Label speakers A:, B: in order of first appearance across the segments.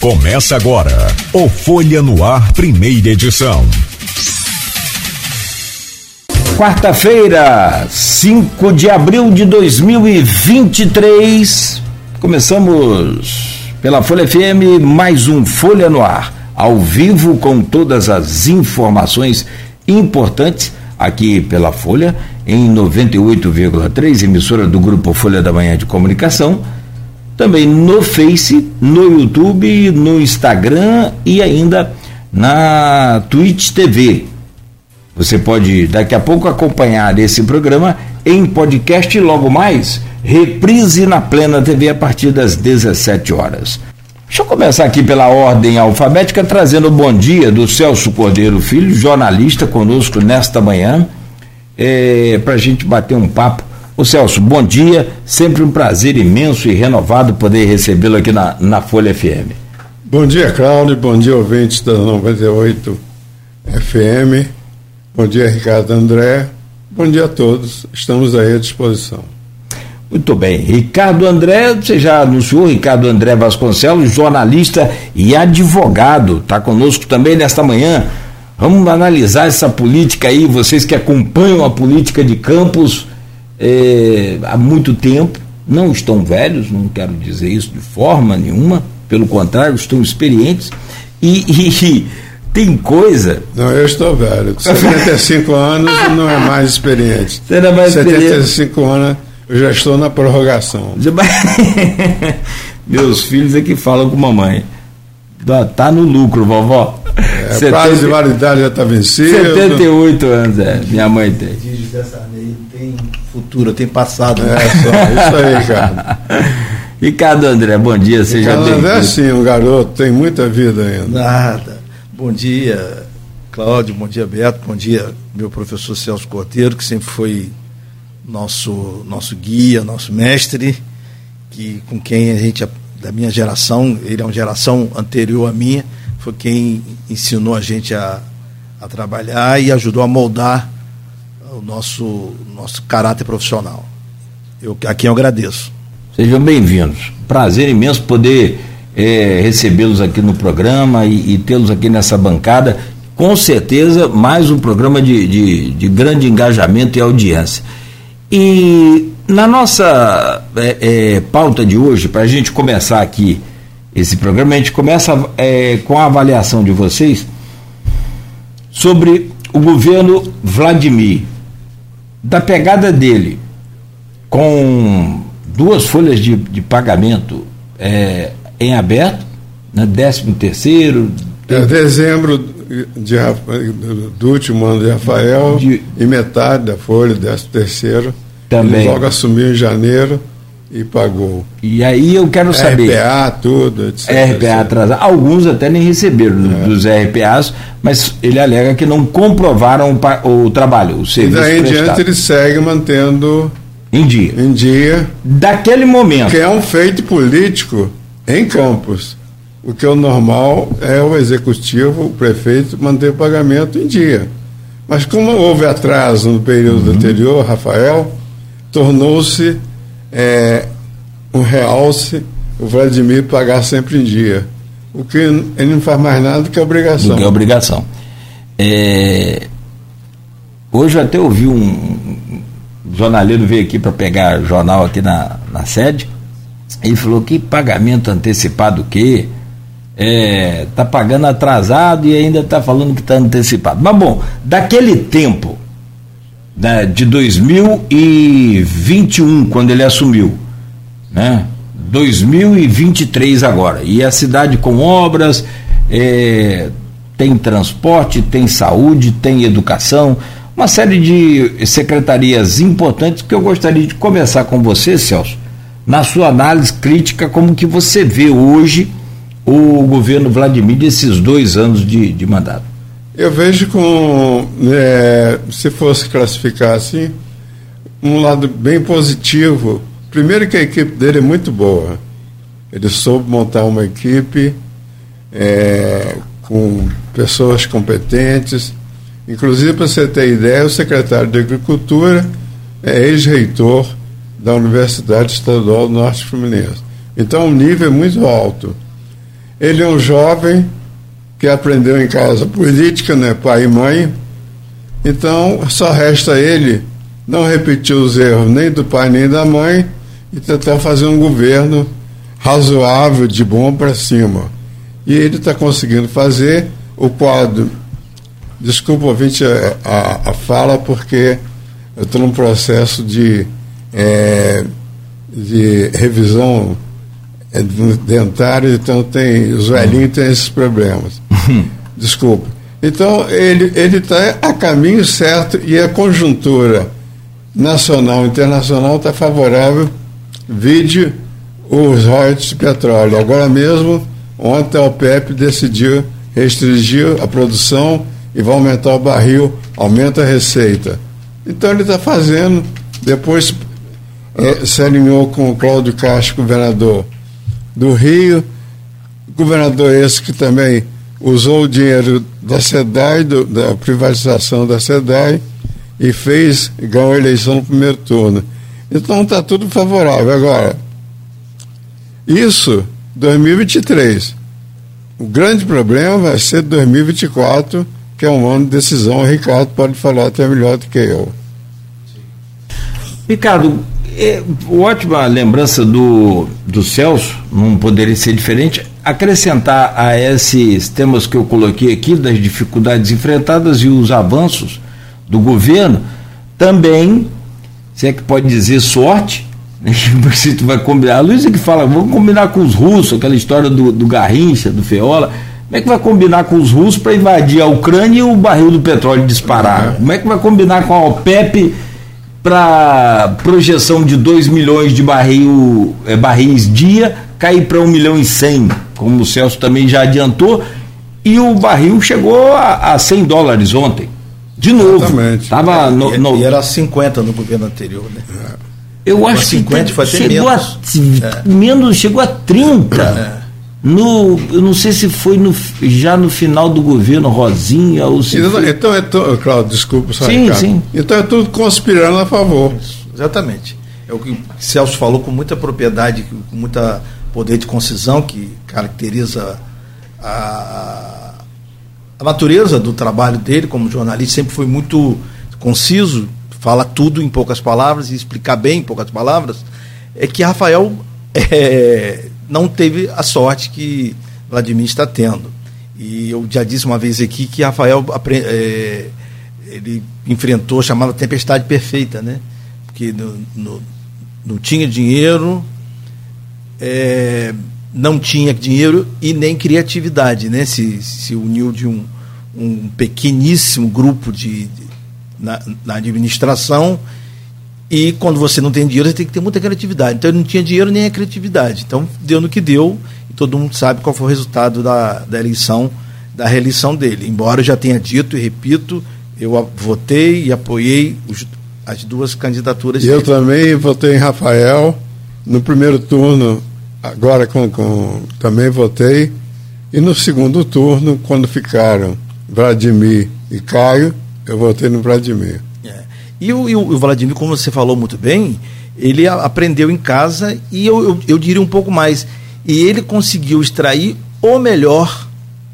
A: Começa agora o Folha no Ar, primeira edição.
B: Quarta-feira, 5 de abril de 2023. Começamos pela Folha FM, mais um Folha no Ar, ao vivo com todas as informações importantes aqui pela Folha, em 98,3, emissora do Grupo Folha da Manhã de Comunicação, também no Face, no YouTube, no Instagram e ainda na Twitch TV. Você pode daqui a pouco acompanhar esse programa em podcast e logo mais, reprise na Plena TV a partir das 17 horas. Deixa eu começar aqui pela ordem alfabética, trazendo o bom dia do Celso Cordeiro Filho, jornalista conosco nesta manhã, para a gente bater um papo. Ô Celso, bom dia, sempre um prazer imenso e renovado poder recebê-lo aqui na Folha FM.
C: Bom dia, Cláudio, bom dia, ouvintes da 98 FM, bom dia, Ricardo André, bom dia a todos, estamos aí à disposição.
B: Muito bem, Ricardo André, você já anunciou, Ricardo André Vasconcelos, jornalista e advogado, está conosco também nesta manhã. Vamos analisar essa política aí, vocês que acompanham a política de Campos há muito tempo, não estão velhos, não quero dizer isso de forma nenhuma, pelo contrário, estão experientes e tem coisa...
C: Não, eu estou velho, com 75 anos não é mais experiente.
B: Você não é mais
C: 75 anos eu já estou na prorrogação.
B: Meus filhos é que falam com mamãe. Tá no lucro, vovó.
C: O prazo de validade já está vencido.
B: 78 anos, minha mãe tem.
D: Dessa lei tem futuro, tem passado.
C: Isso aí, cara.
B: Ricardo André, bom dia, seja bem-vindo.
C: Ricardo André, sim, um garoto, tem muita vida ainda.
D: Nada. Bom dia, Cláudio, bom dia, Beto, bom dia, meu professor Celso Cordeiro, que sempre foi nosso guia, nosso mestre, com quem a gente, da minha geração, ele é uma geração anterior à minha, foi quem ensinou a gente a trabalhar e ajudou a moldar o nosso caráter profissional. A quem eu agradeço.
B: Sejam bem-vindos. Prazer imenso poder recebê-los aqui no programa e tê-los aqui nessa bancada. Com certeza, mais um programa de grande engajamento e audiência. E na nossa pauta de hoje, para a gente começar aqui esse programa, a gente começa com a avaliação de vocês sobre o governo Vladimir, da pegada dele com 2 folhas de pagamento em aberto, né, 13º...
C: dezembro do último ano de Rafael e metade da folha, 13º. Também. Ele logo assumiu em janeiro e pagou.
B: E aí eu quero saber...
C: RPA, tudo, etc.
B: RPA atrasado. Alguns até nem receberam dos RPAs, mas ele alega que não comprovaram o trabalho, o serviço prestado.
C: E daí em diante ele segue mantendo...
B: Em dia. Daquele momento.
C: Que é um feito político em Campos. O que é o normal é o executivo, o prefeito, manter o pagamento em dia. Mas como houve atraso no período anterior, Rafael, tornou-se um realce o Vladimir pagar sempre em dia. O que ele não faz mais nada do que obrigação.
B: Do que obrigação. Hoje eu até ouvi um jornaleiro veio aqui para pegar jornal aqui na sede, ele falou que pagamento antecipado o quê? Tá pagando atrasado e ainda está falando que está antecipado. Mas bom, daquele tempo, né, de 2021, quando ele assumiu, né, 2023 agora, e a cidade com obras, tem transporte, tem saúde, tem educação, uma série de secretarias importantes que eu gostaria de começar com você, Celso, na sua análise crítica, como que você vê hoje o governo Vladimir desses 2 anos de mandato.
C: Eu vejo se fosse classificar assim, um lado bem positivo. Primeiro que a equipe dele é muito boa. Ele soube montar uma equipe com pessoas competentes. Inclusive, para você ter ideia, o secretário de Agricultura é ex-reitor da Universidade Estadual do Norte Fluminense. Então, o nível é muito alto. Ele é um jovem que aprendeu em casa política, né, pai e mãe. Então, só resta ele não repetir os erros nem do pai nem da mãe e tentar fazer um governo razoável, de bom para cima. E ele está conseguindo fazer. O quadro, desculpa, ouvinte, a fala, porque eu estou num processo de revisão dentária, então os velhinhos têm esses problemas. Desculpa. Então, ele está a caminho certo e a conjuntura nacional e internacional está favorável, vide os royalties de petróleo. Agora mesmo, ontem a OPEP decidiu restringir a produção e vai aumentar o barril, aumenta a receita. Então ele está fazendo, depois se alinhou com o Cláudio Castro, governador do Rio, governador esse que também usou o dinheiro da SEDAI, da privatização da SEDAI, e ganhou a eleição no primeiro turno. Então está tudo favorável. Agora, isso, 2023. O grande problema vai ser 2024, que é um ano de decisão. O Ricardo pode falar até melhor do que eu.
B: Ricardo, ótima lembrança do Celso, não poderia ser diferente. Acrescentar a esses temas que eu coloquei aqui, das dificuldades enfrentadas e os avanços do governo, também, se é que pode dizer, sorte, se tu vai combinar, a Luísa que fala, vamos combinar com os russos, aquela história do Garrincha, do Feola, como é que vai combinar com os russos para invadir a Ucrânia e o barril do petróleo disparar? Como é que vai combinar com a OPEP para projeção de 2 milhões de barris dia cair para 1 milhão e 100, como o Celso também já adiantou, e o barril chegou a $100 ontem, de novo.
C: Exatamente.
B: Tava
D: e era 50 no governo anterior, né?
B: Eu acho
D: 50,
B: que chegou a 30. Eu não sei se foi já no final do governo Rosinha ou se
C: então Cláudio, desculpa só,
B: sim, sim.
C: Então é tudo conspirando a favor.
D: Exatamente. É o que o Celso falou com muita propriedade, com muita poder de concisão, que caracteriza a natureza do trabalho dele como jornalista. Sempre foi muito conciso, fala tudo em poucas palavras e explicar bem em poucas palavras. É que Rafael não teve a sorte que Vladimir está tendo. E eu já disse uma vez aqui que Rafael ele enfrentou, chamava tempestade perfeita, né? Porque não tinha dinheiro, não tinha dinheiro e nem criatividade, né? Se uniu de um pequeníssimo grupo na administração. E quando você não tem dinheiro, você tem que ter muita criatividade. Então ele não tinha dinheiro nem a criatividade. Então deu no que deu, e todo mundo sabe qual foi o resultado da reeleição dele. Embora eu já tenha dito e repito, eu votei e apoiei as duas candidaturas.
C: Eu também votei em Rafael. No primeiro turno, agora também votei. E no segundo turno, quando ficaram Vladimir e Caio, eu votei no Vladimir.
D: E o Vladimir, como você falou muito bem, ele aprendeu em casa e eu diria um pouco mais. E ele conseguiu extrair o melhor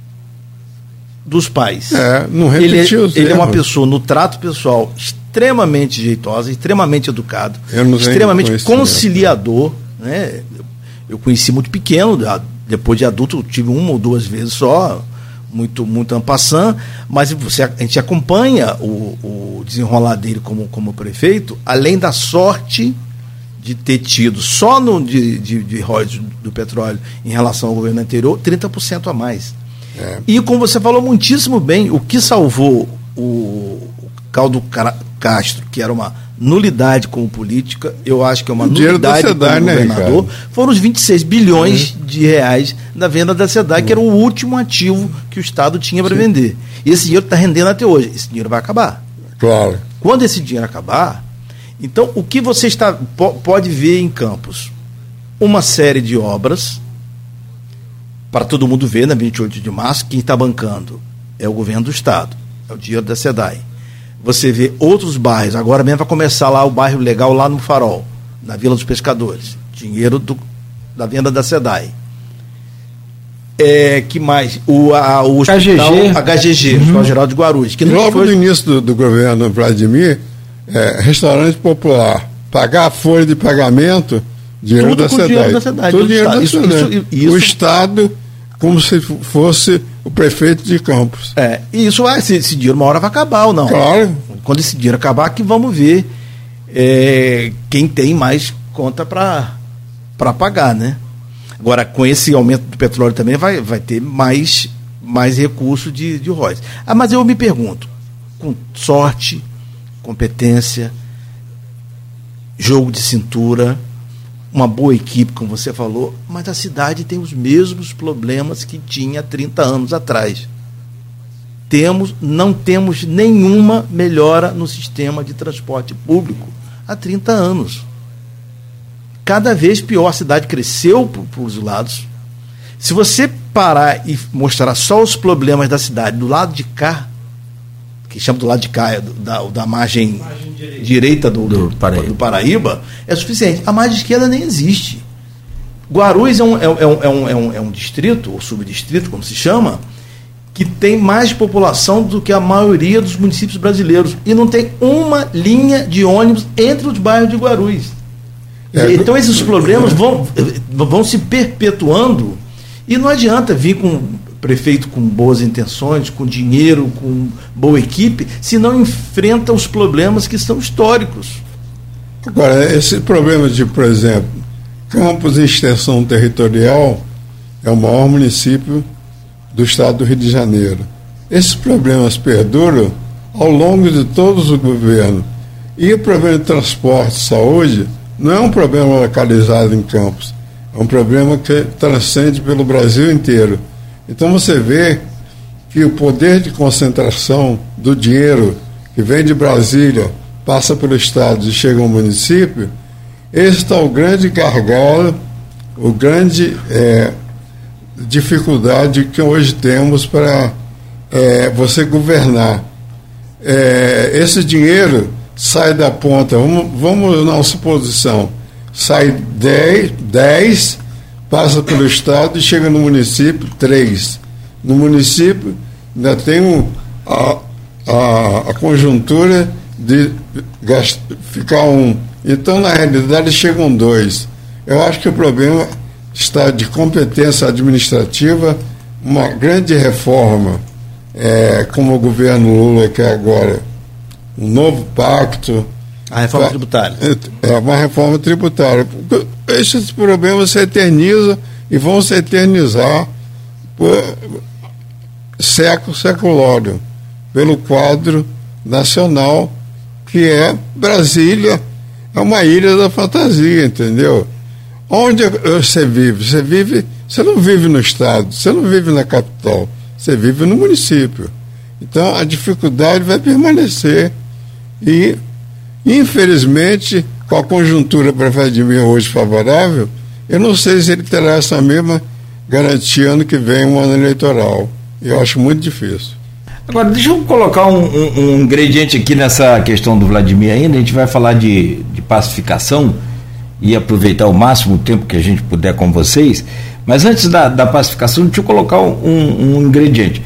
D: dos pais.
C: Não repetiu os erros.
D: Ele é uma pessoa, no trato pessoal, extremamente jeitosa, extremamente educado, extremamente conciliador. Né? Eu conheci muito pequeno, depois de adulto eu tive 1 ou 2 vezes só, muito en passant, mas a gente acompanha o desenrolar dele como prefeito, além da sorte de ter tido só de royalties do petróleo em relação ao governo anterior 30% a mais. E como você falou muitíssimo bem, o que salvou o Cláudio Castro, que era uma nulidade como política, eu acho que é uma nulidade como governador, foram os 26 bilhões de reais da venda da SEDAI, que era o último ativo que o Estado tinha para vender. E esse dinheiro está rendendo até hoje. Esse dinheiro vai acabar.
C: Claro.
D: Quando esse dinheiro acabar, então o que você pode ver em Campos? Uma série de obras para todo mundo ver, na 28 de março, quem está bancando é o governo do Estado, é o dinheiro da SEDAI. Você vê outros bairros, agora mesmo vai começar lá o bairro legal lá no Farol, na Vila dos Pescadores, dinheiro da venda da SEDAI. Que mais? O hospital HGG, Hospital Geral de Guarulhos. Que
C: logo no início do governo Vladimir, restaurante popular, pagar a folha de pagamento, dinheiro da cidade. Tudo dinheiro da cidade. O Estado, como se fosse o prefeito de Campos.
D: E isso esse dinheiro uma hora vai acabar ou não?
C: Claro.
D: Quando esse dinheiro acabar, que vamos ver quem tem mais conta para pagar, né? Agora, com esse aumento do petróleo também vai ter mais recurso de royalties. Mas eu me pergunto, com sorte, competência, jogo de cintura, uma boa equipe, como você falou, mas a cidade tem os mesmos problemas que tinha 30 anos atrás. Não temos nenhuma melhora no sistema de transporte público há 30 anos. Cada vez pior, a cidade cresceu para os lados. Se você parar e mostrar só os problemas da cidade do lado de cá, que chama do lado de cá, da margem direita do Paraíba, é suficiente. A margem esquerda nem existe. Guarulhos é um distrito, ou subdistrito, como se chama, que tem mais população do que a maioria dos municípios brasileiros. E não tem uma linha de ônibus entre os bairros de Guarulhos. Então esses problemas vão se perpetuando, e não adianta vir com prefeito com boas intenções, com dinheiro, com boa equipe, se não enfrenta os problemas que são históricos.
C: Agora, esse problema de, por exemplo, Campos em extensão territorial é o maior município do estado do Rio de Janeiro. Esses problemas perduram ao longo de todos os governos. E o problema de transporte e saúde não é um problema localizado em Campos, é um problema que transcende pelo Brasil inteiro. Então você vê que o poder de concentração do dinheiro que vem de Brasília, passa pelo estado e chega ao município, esse está o grande gargalo, o grande dificuldade que hoje temos para você governar. Esse dinheiro sai da ponta, vamos na suposição, sai 10, passa pelo estado e chega no município 3. No município ainda tem a conjuntura de ficar 1. Então, na realidade, chegam 2. Eu acho que o problema está de competência administrativa, uma grande reforma, como o governo Lula quer agora, um novo pacto.
D: A reforma tributária.
C: Uma reforma tributária. Esses problemas se eternizam e vão se eternizar por seculório, pelo quadro nacional, que é Brasília, é uma ilha da fantasia, entendeu? Onde você vive? Você não vive no estado, você não vive na capital, você vive no município. Então a dificuldade vai permanecer e, infelizmente, com a conjuntura para Vladimir hoje favorável, eu não sei se ele terá essa mesma garantia ano que vem, um ano eleitoral. Eu acho muito difícil.
B: Agora, deixa eu colocar um ingrediente aqui nessa questão do Vladimir ainda. A gente vai falar de pacificação e aproveitar o máximo tempo que a gente puder com vocês. Mas antes da pacificação, deixa eu colocar um ingrediente.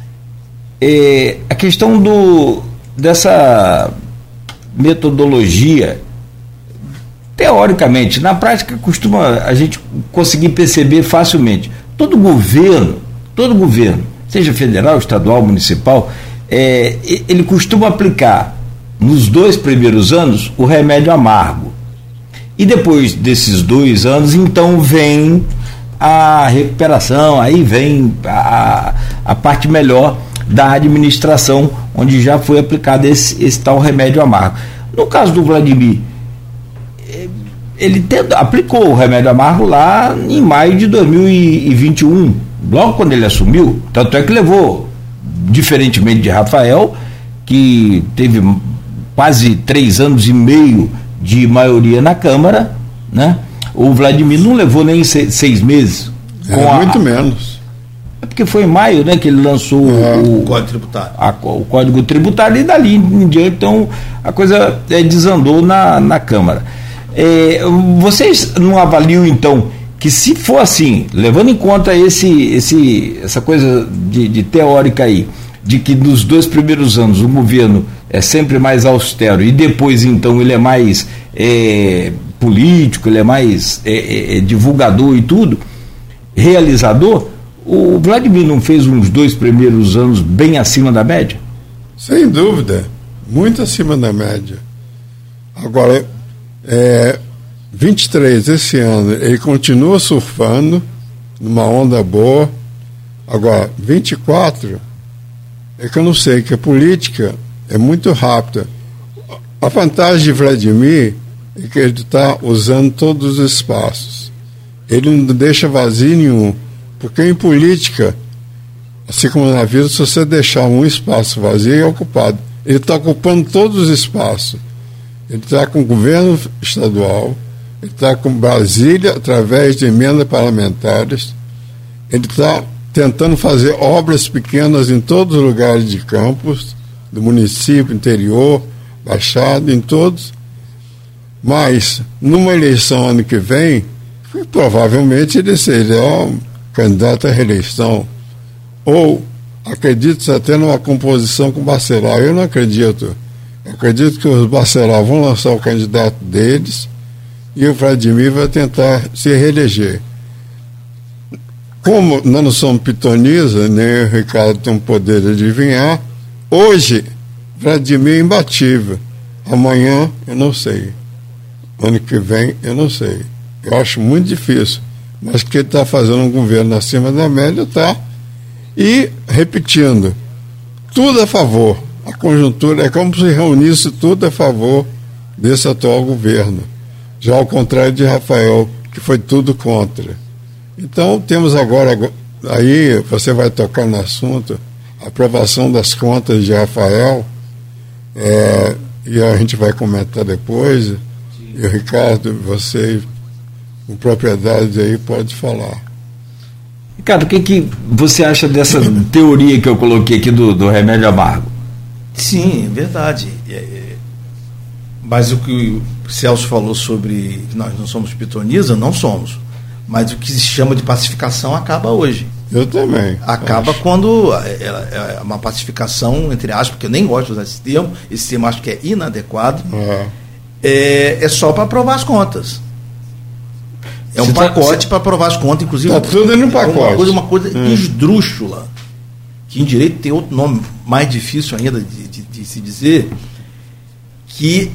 B: A questão dessa metodologia, teoricamente, na prática costuma a gente conseguir perceber facilmente. Todo governo, seja federal, estadual, municipal, ele costuma aplicar nos 2 primeiros anos o remédio amargo. E depois desses 2 anos, então vem a recuperação, aí vem a parte melhor da administração, onde já foi aplicado esse tal remédio amargo. No caso do Vladimir, ele aplicou o remédio amargo lá em maio de 2021, logo quando ele assumiu, tanto é que levou, diferentemente de Rafael, que teve quase 3 anos e meio de maioria na Câmara, né? O Vladimir não levou nem 6 meses.
C: Muito menos.
B: É porque foi em maio, né, que ele lançou
D: o Código Tributário.
B: O Código Tributário, e dali em diante, então, a coisa desandou na Câmara. Vocês não avaliam, então, que se for assim, levando em conta essa coisa de teórica aí, de que nos 2 primeiros anos o governo é sempre mais austero e depois então ele é mais político, ele é mais divulgador e tudo, realizador, o Vladimir não fez uns 2 primeiros anos bem acima da média?
C: Sem dúvida, muito acima da média. Agora, 23 esse ano, ele continua surfando numa onda boa. Agora, 24, é que eu não sei, que a política é muito rápida. A vantagem de Vladimir é que ele está usando todos os espaços. Ele não deixa vazio nenhum, porque em política, assim como na vida, se você deixar um espaço vazio, é ocupado. Ele está ocupando todos os espaços. Ele está com o governo estadual, ele está com Brasília através de emendas parlamentares, ele está tentando fazer obras pequenas em todos os lugares de campos, do município, interior, Baixada, em todos. Mas, numa eleição ano que vem, provavelmente ele será um candidato à reeleição. Ou, acredito até numa composição com o Bacelar. Eu não acredito. Eu acredito que os Bacelar vão lançar o candidato deles e o Vladimir vai tentar se reeleger. Como nós não somos pitoniza, nem o Ricardo tem o poder de adivinhar, hoje, Vladimir é imbatível. Amanhã, eu não sei. Ano que vem, eu não sei. Eu acho muito difícil. Mas que ele está fazendo um governo acima da média, está. E, repetindo, tudo a favor. A conjuntura é como se reunisse tudo a favor desse atual governo. Já ao contrário de Rafael, que foi tudo contra. Então, temos agora, aí você vai tocar no assunto, a aprovação das contas de Rafael, e a gente vai comentar depois. Sim. E o Ricardo, você, com propriedade aí, pode falar.
B: Ricardo, o que você acha dessa teoria que eu coloquei aqui do remédio amargo?
D: Sim, é verdade. Mas o que o Celso falou sobre nós não somos pitoniza, não somos. Mas o que se chama de pacificação acaba hoje.
C: Eu também.
D: Acaba quando é uma pacificação, entre aspas, porque eu nem gosto de usar esse termo acho que é inadequado, é só para aprovar as contas. É um pacote para aprovar as contas, inclusive.
C: Está tudo no pacote.
D: Uma coisa esdrúxula, que em direito tem outro nome mais difícil ainda de se dizer, que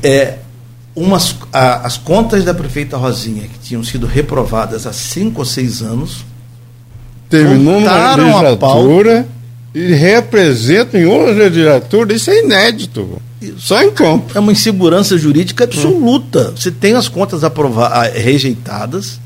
D: as contas da prefeita Rosinha, que tinham sido reprovadas há 5 ou 6 anos,
C: terminou uma legislatura e representam em outra legislatura. Isso é inédito. Só em campo.
D: É uma insegurança jurídica absoluta. Você tem as contas rejeitadas,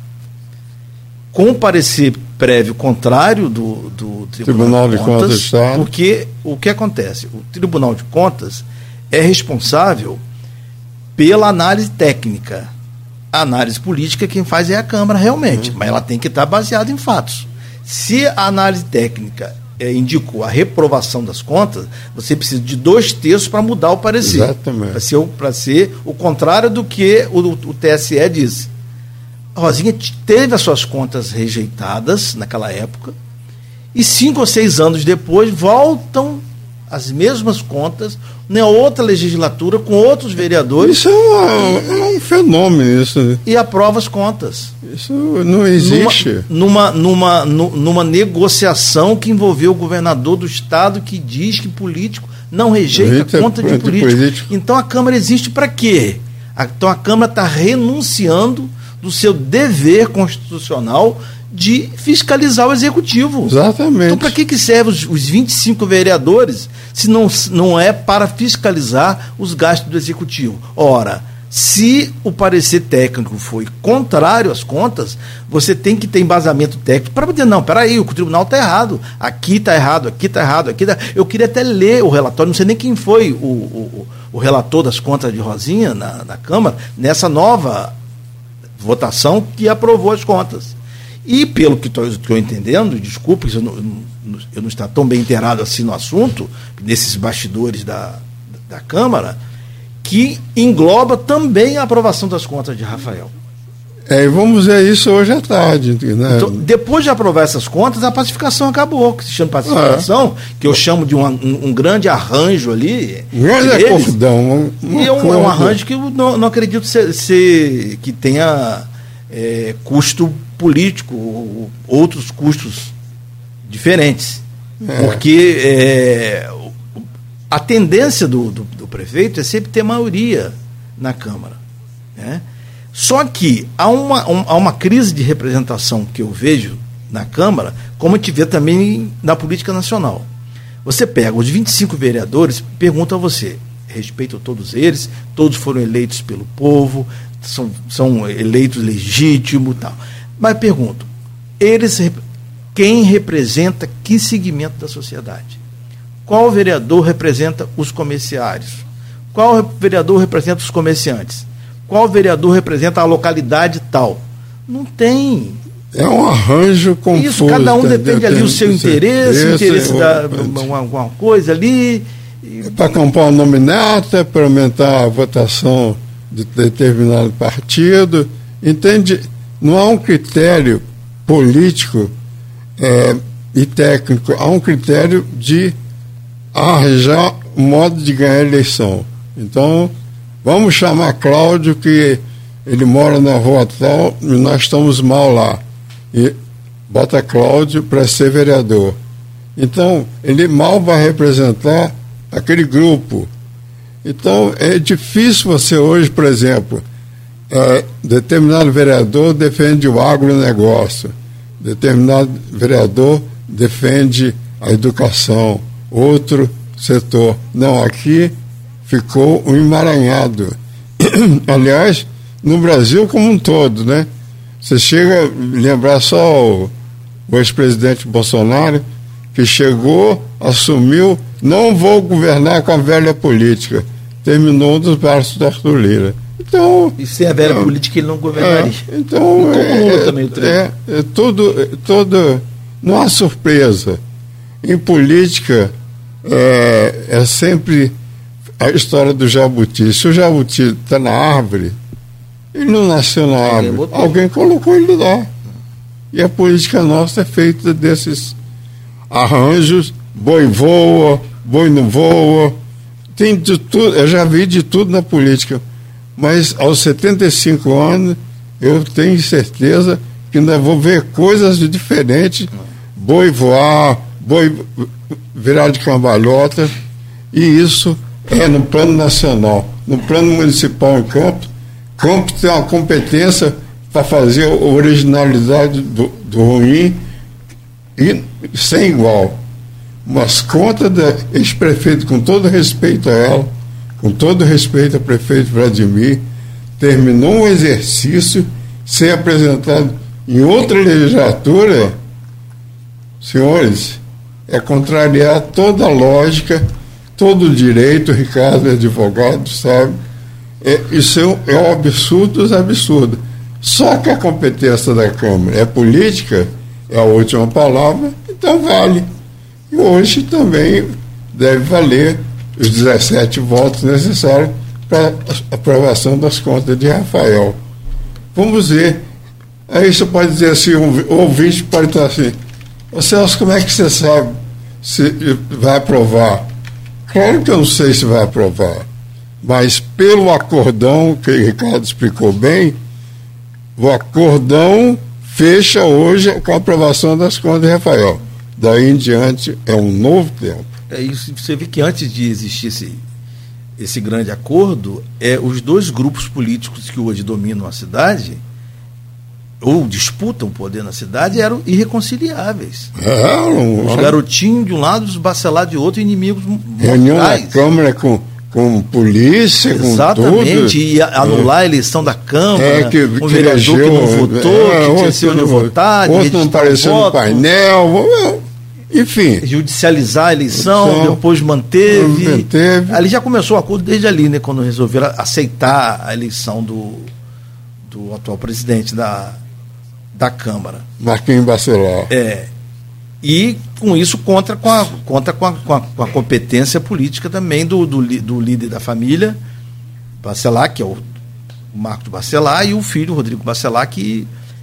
D: com parecer prévio contrário do Tribunal de Contas do Estado. Porque o que acontece? O Tribunal de Contas é responsável pela análise técnica. A análise política quem faz é a Câmara realmente, mas ela tem que estar baseada em fatos. Se a análise técnica indicou a reprovação das contas, você precisa de 2/3 para mudar o parecer.
C: Exatamente.
D: Para ser o contrário do que o TSE disse. A Rosinha teve as suas contas rejeitadas naquela época e 5 ou 6 anos depois voltam as mesmas contas na outra legislatura com outros vereadores.
C: Isso é um fenômeno, isso.
D: E aprova as contas.
C: Isso não existe.
D: Numa negociação que envolveu o governador do estado, que diz que político não rejeita conta de político. Então a Câmara existe para quê? Então a Câmara está renunciando do seu dever constitucional de fiscalizar o Executivo.
C: Exatamente.
D: Então, para que servem os 25 vereadores se não é para fiscalizar os gastos do Executivo? Ora, se o parecer técnico foi contrário às contas, você tem que ter embasamento técnico para dizer, não, peraí, o tribunal está errado, aqui está errado, aqui está errado, aqui está... Eu queria até ler o relatório, não sei nem quem foi o relator das contas de Rosinha na Câmara, nessa nova votação que aprovou as contas. E pelo que estou entendendo, desculpe, eu não estou tão bem inteirado assim no assunto, nesses bastidores da Câmara, que engloba também a aprovação das contas de Rafael.
C: E vamos ver isso hoje à tarde. Né?
D: Então, depois de aprovar essas contas, a pacificação acabou. Que se chama pacificação, que eu chamo de um grande arranjo ali.
C: Grande acordão.
D: É um arranjo que eu não acredito que tenha custo político, outros custos diferentes. Porque a tendência do prefeito é sempre ter maioria na Câmara, né? Só que há uma crise de representação que eu vejo na Câmara, como a gente vê também na política nacional. Você pega os 25 vereadores, pergunta a você, respeito a todos eles, todos foram eleitos pelo povo, são eleitos legítimos e tal. Mas pergunto, quem representa que segmento da sociedade? Qual vereador representa os comerciários? Qual vereador representa os comerciantes? Qual vereador representa a localidade tal? Não tem.
C: É um arranjo confuso.
D: Isso, cada um depende ali do seu interesse de alguma coisa ali.
C: Para comprar uma nominata, para aumentar a votação de determinado partido. Entende? Não há um critério político e técnico, há um critério de arranjar um modo de ganhar a eleição. Então, vamos chamar Cláudio, que ele mora na rua tal e nós estamos mal lá. E bota Cláudio para ser vereador. Então, ele mal vai representar aquele grupo. Então, é difícil você hoje, por exemplo, determinado vereador defende o agronegócio, determinado vereador defende a educação, outro setor. Não, aqui ficou um emaranhado. Aliás, no Brasil como um todo, né? Você chega a lembrar só o ex-presidente Bolsonaro, que chegou, assumiu, não vou governar com a velha política. Terminou um dos braços da Arthur Lira. Então,
D: e sem a velha política ele não governaria.
C: Então, tudo não há surpresa. Em política, é sempre a história do jabuti. Se o jabuti está na árvore, ele não nasceu na árvore. Alguém colocou ele lá. E a política nossa é feita desses arranjos, boi voa, boi não voa. Tem de tudo, eu já vi de tudo na política. Mas aos 75 anos, eu tenho certeza que ainda vou ver coisas diferentes. Boi voar, boi virar de cambalhota. E isso é no plano nacional. No plano municipal em Campos tem uma competência para fazer a originalidade do ruim e sem igual. Mas conta da ex-prefeito, com todo respeito a ela, com todo respeito ao prefeito Vladimir, terminou um exercício ser apresentado em outra legislatura. Senhores, é contrariar toda a lógica, todo o direito. Ricardo é advogado, sabe? Isso é um absurdo dos absurdos. Só que a competência da Câmara é política, é a última palavra, então vale. E hoje também deve valer os 17 votos necessários para a aprovação das contas de Rafael. Vamos ver. Aí você pode dizer assim, o ouvinte pode estar assim, ô Celso, como é que você sabe se vai aprovar? Claro que eu não sei se vai aprovar, mas pelo acordão, que o Ricardo explicou bem, o acordão fecha hoje com a aprovação das contas de Rafael. Daí em diante é um novo tempo.
D: É isso, você vê que antes de existir esse grande acordo, os dois grupos políticos que hoje dominam a cidade, ou disputam poder na cidade, eram irreconciliáveis. Os garotinhos de um lado, os bacelados de outro, inimigos mortais.
C: Reunião na Câmara com polícia,
D: exatamente,
C: com tudo.
D: E anular a eleição da Câmara,
C: um
D: vereador que não votou, que tinha sido onde votar,
C: outro não apareceu no painel, enfim.
D: Judicializar a eleição, depois manteve. Ali já começou o acordo desde ali, né, quando resolveram aceitar a eleição do atual presidente da Câmara.
C: Marquinhos Bacelar.
D: E com isso conta com a competência política também do líder da família, Bacelar, que é Marcos Bacelar, e o filho, Rodrigo Bacelar, que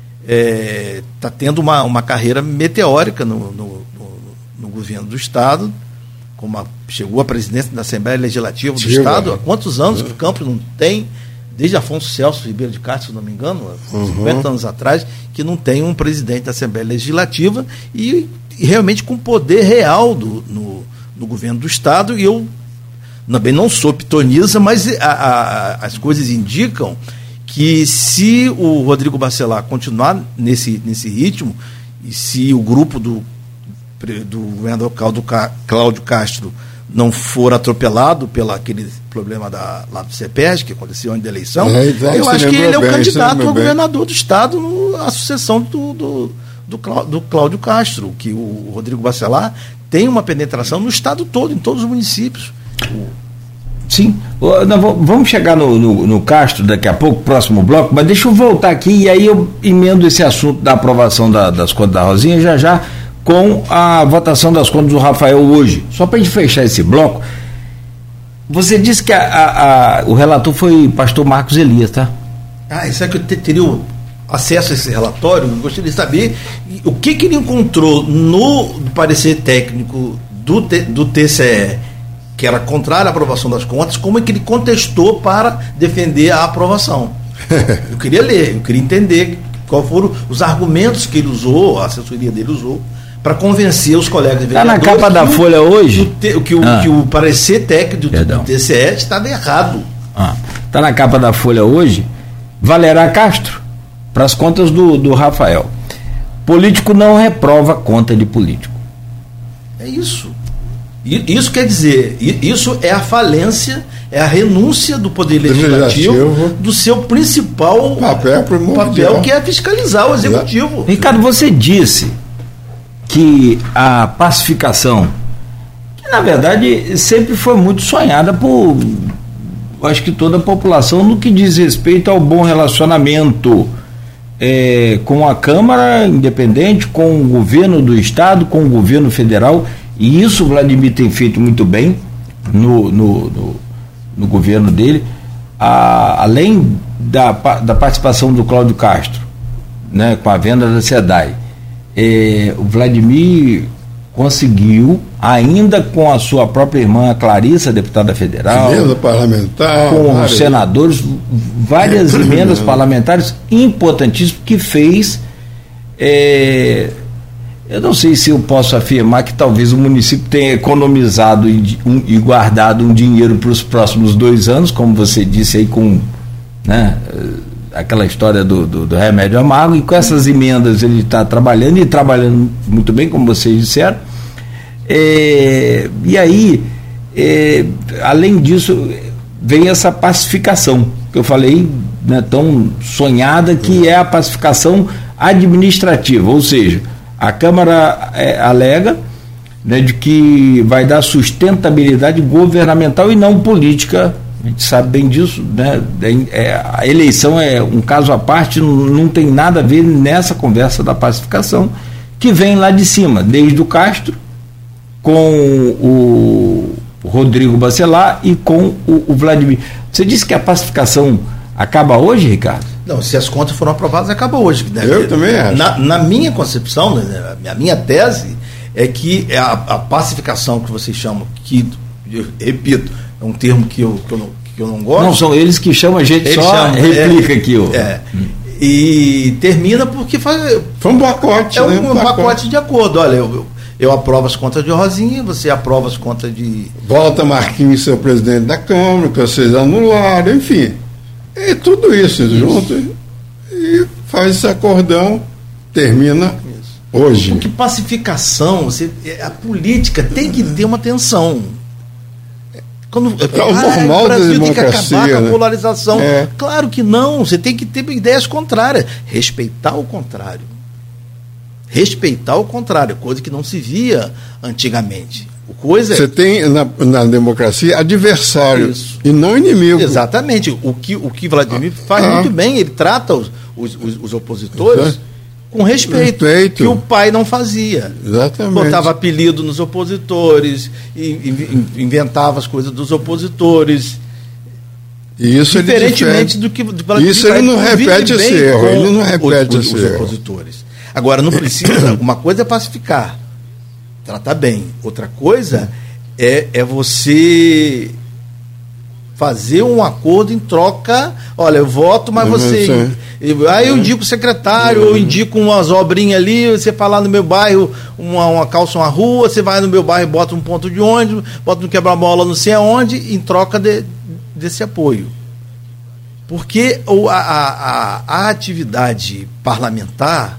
D: está tendo uma carreira meteórica no governo do Estado, chegou à presidência da Assembleia Legislativa do Estado. Há quantos anos que o Campos não tem, desde Afonso Celso Ribeiro de Castro, se não me engano, 50 anos atrás, que não tem um presidente da Assembleia Legislativa e realmente com poder real no governo do Estado. E eu também não sou pitonisa, mas as coisas indicam que, se o Rodrigo Bacelar continuar nesse ritmo, e se o grupo do governador Cláudio Castro não for atropelado pelo aquele problema lá do CEPERJ, que aconteceu antes da eleição, eu acho que ele é o candidato a governador do Estado à sucessão do Cláudio Castro, que o Rodrigo Bacelar tem uma penetração no Estado todo, em todos os municípios.
B: Sim, vamos chegar no Castro daqui a pouco, próximo bloco, mas deixa eu voltar aqui e aí eu emendo esse assunto da aprovação das contas da Rosinha já com a votação das contas do Rafael hoje. Só para a gente fechar esse bloco, você disse que o relator foi pastor Marcos Elias, tá?
D: Isso é que eu teria acesso a esse relatório. Eu gostaria de saber o que ele encontrou no parecer técnico do TCE, que era contrário à aprovação das contas, como é que ele contestou para defender a aprovação. Eu queria ler, eu queria entender quais foram os argumentos que ele usou, a assessoria dele usou, para convencer os colegas vereadores.
B: Está na capa da Folha hoje?
D: Que o parecer técnico do TCE estava errado.
B: Está na capa da Folha hoje, Valerá Castro, para as contas do Rafael. Político não reprova conta de político.
D: É isso. Isso quer dizer, isso é a falência, é a renúncia do Poder Legislativo do seu principal papel, que é fiscalizar o Executivo.
B: Ricardo, você disse que a pacificação, que na verdade sempre foi muito sonhada por, acho que toda a população, no que diz respeito ao bom relacionamento com a Câmara Independente, com o governo do Estado, com o governo federal, e isso o Vladimir tem feito muito bem no governo dele, além da participação do Cláudio Castro, né, com a venda da SEDAI. O Vladimir conseguiu, ainda com a sua própria irmã Clarissa, deputada federal,
C: parlamentar,
B: com os senadores, várias emendas parlamentares importantíssimas, que fez, eu não sei se eu posso afirmar que talvez o município tenha economizado e guardado um dinheiro para os próximos 2 anos, como você disse aí, com, né, aquela história do remédio amargo, e com essas emendas ele está trabalhando, e trabalhando muito bem, como vocês disseram. E aí, além disso, vem essa pacificação, que eu falei, né, tão sonhada, que é a pacificação administrativa, ou seja, a Câmara alega, né, de que vai dar sustentabilidade governamental e não política. A gente sabe bem disso, né? A eleição é um caso à parte, não tem nada a ver nessa conversa da pacificação, que vem lá de cima, desde o Castro, com o Rodrigo Bacelar e com o Vladimir. Você disse que a pacificação acaba hoje, Ricardo?
D: Não, se as contas foram aprovadas, acaba hoje. Né?
C: Eu também acho.
D: Na minha concepção, né, a minha tese é que a pacificação que vocês chamam, que, eu repito, é um termo que eu não gosto.
B: Não, são eles que chamam, a gente só replica aqui.
D: E termina porque foi
C: um pacote.
D: Um pacote de acordo. Olha, eu aprovo as contas de Rosinha, você aprova as contas de...
C: Volta Marquinhos, seu presidente da Câmara, que vocês anularam, enfim. É tudo isso junto, e faz esse acordão, termina hoje.
D: Porque pacificação, a política tem que ter uma tensão.
C: O normal
D: o Brasil
C: da
D: tem que acabar com a polarização.
C: É.
D: Claro que não, você tem que ter ideias contrárias. Respeitar o contrário. Respeitar o contrário, coisa que não se via antigamente.
C: Você tem na democracia adversário. Isso. E não inimigo.
D: Exatamente. O que Vladimir faz muito bem, ele trata os opositores com respeito, que o pai não fazia.
C: Exatamente.
D: Botava apelido nos opositores, inventava as coisas dos opositores.
C: E isso
D: diferentemente do que
C: isso ele não repete esse erro, ele não repete esse erro.
D: Os opositores. Agora, não precisa, uma coisa é pacificar, tratar bem, outra coisa é você fazer um acordo em troca. Olha, eu voto, mas você... Aí eu indico o secretário, eu indico umas obrinhas ali, você vai lá no meu bairro, uma calça, uma rua, você vai no meu bairro e bota um ponto de ônibus, bota um quebra-mola não sei aonde, em troca desse apoio. Porque a atividade parlamentar,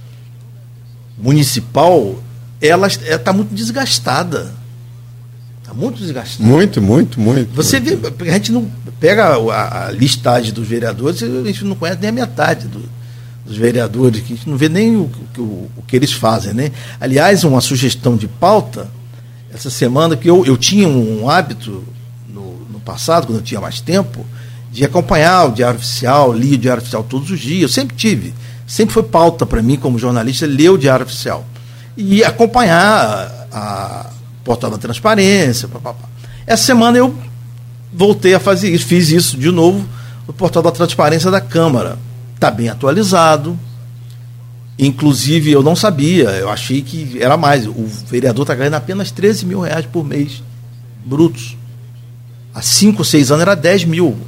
D: municipal, ela está muito desgastada. Muito desgastado.
C: Muito.
D: Você vê, a gente não pega a listagem dos vereadores, a gente não conhece nem a metade dos vereadores, que a gente não vê nem o que eles fazem, né? Aliás, uma sugestão de pauta, essa semana, que eu tinha um hábito no passado, quando eu tinha mais tempo, de acompanhar o Diário Oficial, li o Diário Oficial todos os dias, eu sempre tive, sempre foi pauta para mim, como jornalista, ler o Diário Oficial e acompanhar a Portal da Transparência, papapá. Essa semana eu voltei a fazer isso, fiz isso de novo no Portal da Transparência da Câmara. Está bem atualizado, inclusive eu não sabia, eu achei que era mais. O vereador está ganhando apenas R$13 mil por mês, brutos. Há 5 ou 6 anos era 10 mil.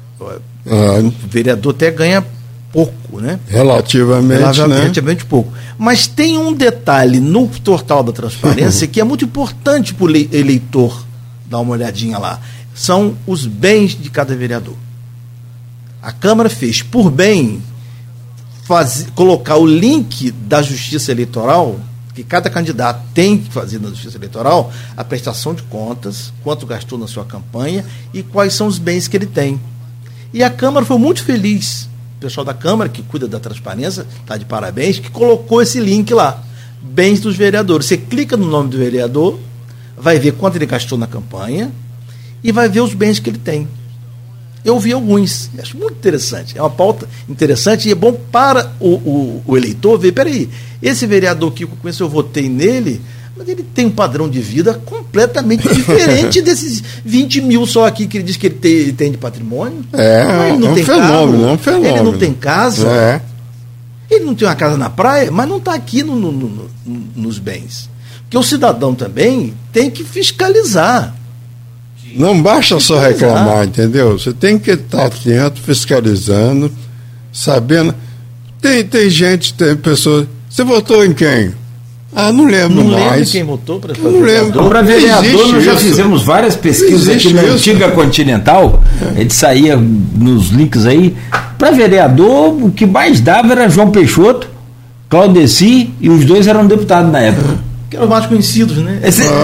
D: O vereador até ganha pouco, né? Relativamente pouco. Mas tem um detalhe no Portal da Transparência que é muito importante para o eleitor dar uma olhadinha lá. São os bens de cada vereador. A Câmara fez por bem colocar o link da Justiça Eleitoral, que cada candidato tem que fazer na Justiça Eleitoral, a prestação de contas, quanto gastou na sua campanha e quais são os bens que ele tem. E a Câmara foi muito feliz. O pessoal da Câmara, que cuida da transparência, está de parabéns, que colocou esse link lá, bens dos vereadores. Você clica no nome do vereador, vai ver quanto ele gastou na campanha e vai ver os bens que ele tem. Eu vi alguns, acho muito interessante, é uma pauta interessante e é bom para o eleitor ver, peraí, esse vereador que eu conheço, eu votei nele, mas ele tem um padrão de vida completamente diferente desses 20 mil só aqui que ele diz que ele tem de patrimônio.
C: Ele não tem fenômeno,
D: carro, ele não tem casa, ele não tem uma casa na praia, mas não está aqui nos bens. Porque o cidadão também tem que fiscalizar.
C: Não basta só reclamar, entendeu? Você tem que estar atento, fiscalizando, sabendo. Tem gente, tem pessoas. Você votou em quem? Não lembro mais. Não lembro
D: quem votou para
C: vereador.
B: Para vereador, nós já fizemos várias pesquisas aqui na antiga Continental. A gente saía nos links aí. Para vereador, o que mais dava era João Peixoto, Claudeci, e os dois eram deputados na época.
D: Que eram os mais conhecidos, né?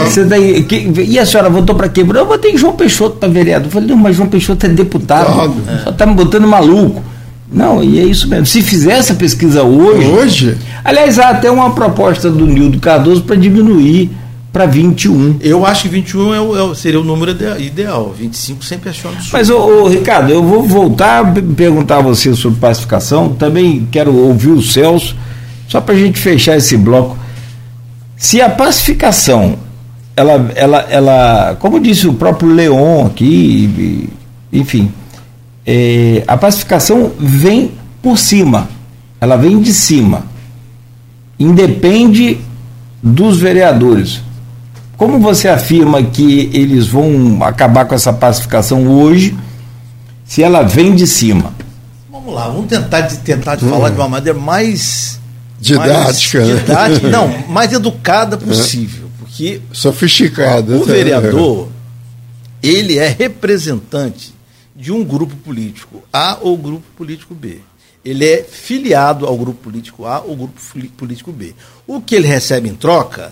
B: E a senhora votou para quê? Eu votei em João Peixoto para vereador. Eu falei, não, mas João Peixoto é deputado. Só está me botando maluco. Não, e é isso mesmo. Se fizer essa pesquisa hoje. Aliás, há até uma proposta do Nildo Cardoso para diminuir para 21.
D: Eu acho que 21 seria o número ideal. 25 sempre achou absurdo.
B: Mas, Ricardo, eu vou voltar a perguntar a você sobre pacificação. Também quero ouvir o Celso, só para a gente fechar esse bloco. Se a pacificação, ela, como disse o próprio Leon aqui, enfim, a pacificação vem por cima, ela vem de cima, independe dos vereadores. Como você afirma que eles vão acabar com essa pacificação hoje, se ela vem de cima?
D: Vamos lá, vamos tentar falar de uma maneira mais
C: didática,
D: mais educada possível, porque
C: sofisticada.
D: O vereador, ele é representante de um grupo político A ou grupo político B. Ele é filiado ao grupo político A ou grupo político B. O que ele recebe em troca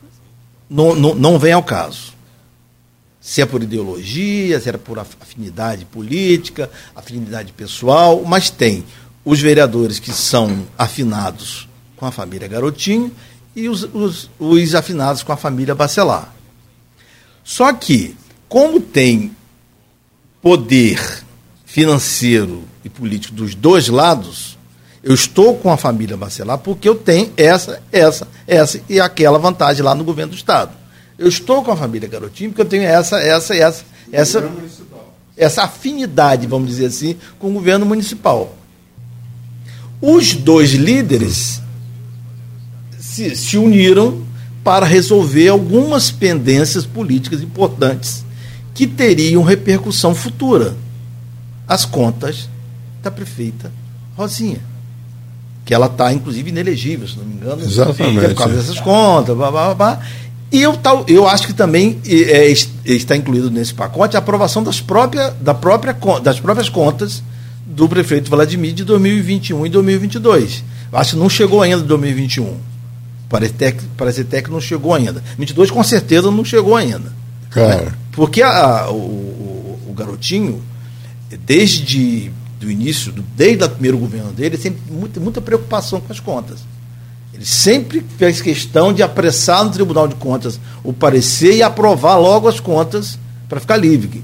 D: não vem ao caso. Se é por ideologia, se é por afinidade política, afinidade pessoal, mas tem os vereadores que são afinados com a família Garotinho e os afinados com a família Bacelar. Só que, como tem poder financeiro e político dos dois lados, eu estou com a família Bacelar porque eu tenho essa e aquela vantagem lá no governo do Estado. Eu estou com a família Garotinho porque eu tenho essa. essa afinidade, vamos dizer assim, com o governo municipal. Os dois líderes se uniram para resolver algumas pendências políticas importantes que teriam repercussão futura. As contas da prefeita Rosinha, que ela está, inclusive, inelegível, se não me engano.
C: Exatamente.
D: Por causa dessas contas, blá, blá, blá. E eu acho que também está incluído nesse pacote a aprovação das próprias contas do prefeito Vladimir de 2021 e 2022. Eu acho que não chegou ainda em 2021. Parece até que não chegou ainda. 22 com certeza não chegou ainda.
C: Claro.
D: Né? Porque o garotinho, desde o início, desde o primeiro governo dele, sempre muita preocupação com as contas. Ele sempre fez questão de apressar no Tribunal de Contas o parecer e aprovar logo as contas para ficar livre.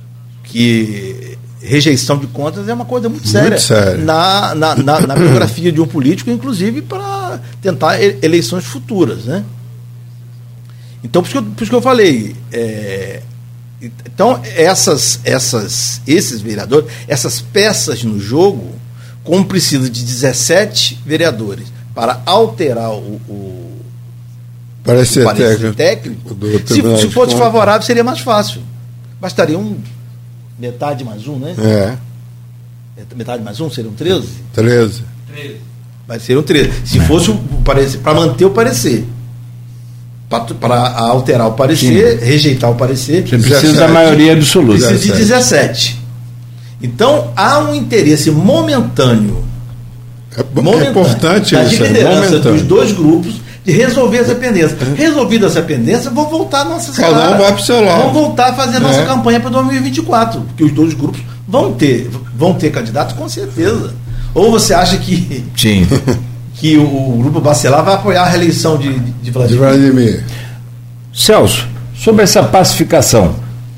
D: Que rejeição de contas é uma coisa muito séria na biografia de um político, inclusive para tentar eleições futuras, né? Então, por isso que eu falei, então esses vereadores, essas peças no jogo, como precisa de 17 vereadores para alterar o parecer técnico, se fosse favorável seria mais fácil, bastaria metade mais um, né? Metade mais um seriam 13?
C: 13.
D: Mas seriam 13. Se fosse o parecer, para manter o parecer, para alterar o parecer, rejeitar o parecer,
B: você precisa da maioria absoluta.
D: Precisa de 17. Então, há um interesse momentâneo.
C: É importante
D: da
C: isso.
D: liderança dos dois grupos de resolver essa pendência. Resolvida essa pendência, vou voltar a nossa
C: Cada um vai para o seu lado.
D: Vamos voltar a fazer nossa campanha para 2024, porque os dois grupos vão ter candidatos com certeza. Ou você acha que
B: sim,
D: que o grupo Bacelar vai apoiar a reeleição de Vladimir?
B: Celso, sobre essa pacificação.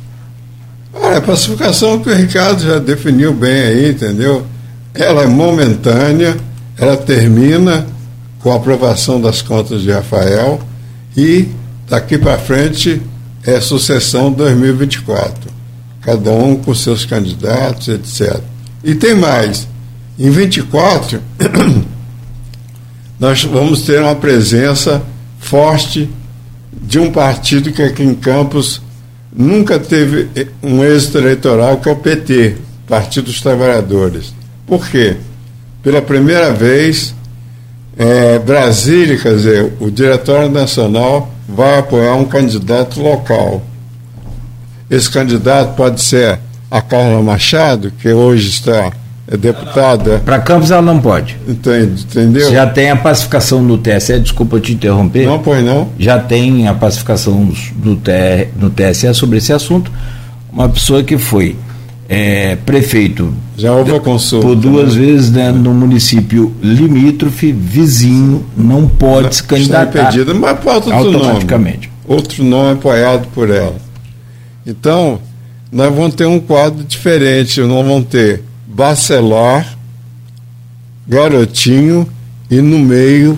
C: A pacificação que o Ricardo já definiu bem aí, entendeu? Ela é momentânea, ela termina com a aprovação das contas de Rafael e daqui para frente é sucessão 2024. Cada um com seus candidatos, etc. E tem mais. Em 24, nós vamos ter uma presença forte de um partido que aqui em Campos nunca teve um êxito eleitoral, que é o PT, Partido dos Trabalhadores. Por quê? Pela primeira vez, Brasília, quer dizer, o Diretório Nacional vai apoiar um candidato local. Esse candidato pode ser a Carla Machado, que hoje está deputada.
B: Para Campos ela não pode.
C: Entendeu?
B: Já tem a pacificação no TSE, desculpa te interromper.
C: Não, pois não.
B: Já tem a pacificação no TSE sobre esse assunto. Uma pessoa que foi prefeito
C: já houve a consulta,
B: por duas vezes, né, no município limítrofe, vizinho, não pode se candidatar.
C: Está impedida, mas pode automaticamente. Outro nome apoiado por ela. Então, nós vamos ter um quadro diferente. Nós vamos ter Bacelar, Garotinho e no meio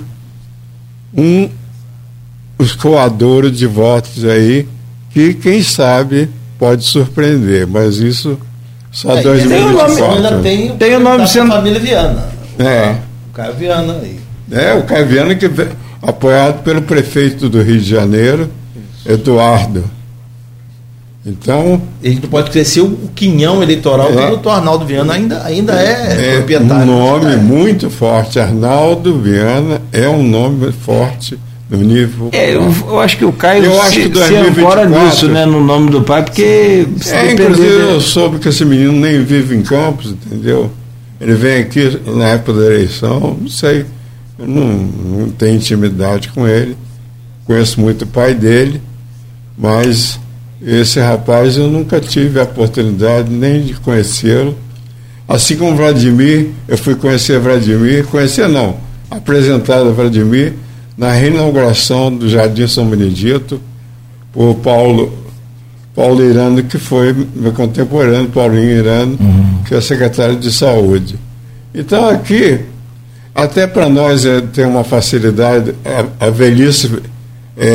C: os coadores de votos aí que, quem sabe, pode surpreender, mas isso só 2024.
D: Tem o nome sendo família Viana.
C: O
D: Caio Viana aí.
C: O Caio Viana, que apoiado pelo prefeito do Rio de Janeiro, Eduardo. Então,
D: ele não pode crescer o quinhão eleitoral do doutor Arnaldo Viana, ainda é proprietário.
C: Um nome muito forte. Arnaldo Viana é um nome forte no nível.
B: Eu acho que o Caio se ancora nisso, né, no nome do pai, porque.
C: Inclusive, eu soube que esse menino nem vive em Campos, entendeu? Ele vem aqui na época da eleição, não sei, eu não tenho intimidade com ele, conheço muito o pai dele, mas esse rapaz eu nunca tive a oportunidade nem de conhecê-lo. Assim como Vladimir, eu fui conhecer Vladimir, apresentado a Vladimir na reinauguração do Jardim São Benedito por Paulo Irano, que foi meu contemporâneo, Paulinho Irano, que é secretário de Saúde. Então aqui, até para nós tem uma facilidade, a velhice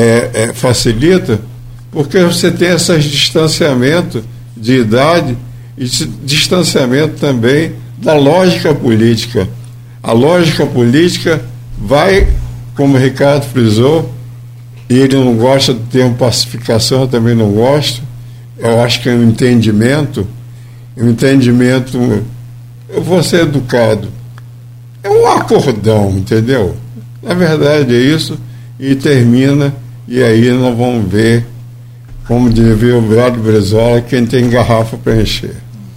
C: facilita, porque você tem esse distanciamento de idade e distanciamento também da lógica política. A lógica política vai, como o Ricardo frisou, e ele não gosta do termo pacificação, eu também não gosto. Eu acho que é um entendimento, eu vou ser educado. É um acordão, entendeu? Na verdade é isso, e termina, e aí nós vamos ver, como dizia o Vlado Brizola, quem tem garrafa para encher.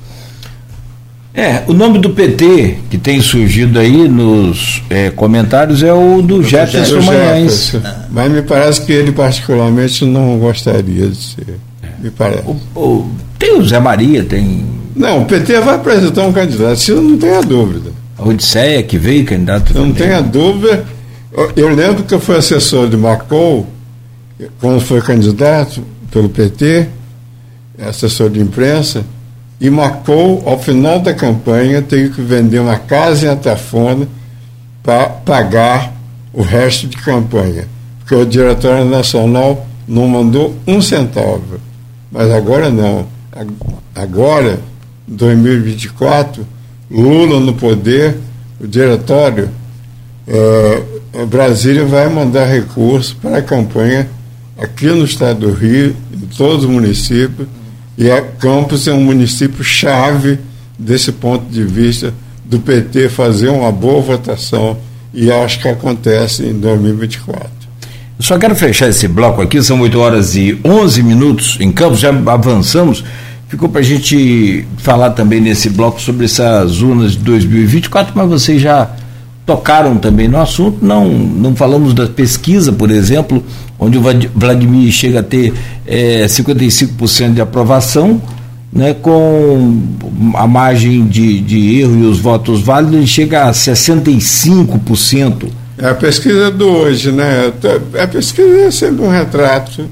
B: O nome do PT que tem surgido aí nos comentários é o do Jefferson Manhães.
C: Mas me parece que ele particularmente não gostaria de ser. Me parece.
B: Tem o Zé Maria, tem...
C: Não, o PT vai apresentar um candidato, isso não tenha dúvida.
B: A Odisseia, que veio candidato também.
C: Não tenha dúvida. Eu lembro que eu fui assessor de Marcou, quando foi candidato pelo PT, assessor de imprensa, e Marcou, ao final da campanha, teve que vender uma casa em Atafona para pagar o resto de campanha, porque o Diretório Nacional não mandou um centavo. Mas agora não. Agora, em 2024, Lula no poder, o Diretório, Brasília vai mandar recursos para a campanha aqui no estado do Rio, em todos os municípios, e Campos é um município-chave desse ponto de vista do PT fazer uma boa votação, e acho que acontece em 2024.
B: Eu só quero fechar esse bloco aqui, são 8h11 em Campos, já avançamos, ficou para a gente falar também nesse bloco sobre essas urnas de 2024, mas vocês já tocaram também no assunto, não falamos da pesquisa, por exemplo, onde o Vladimir chega a ter 55% de aprovação, né, com a margem de erro e os votos válidos, ele chega a 65%.
C: A pesquisa do hoje, né? A pesquisa é sempre um retrato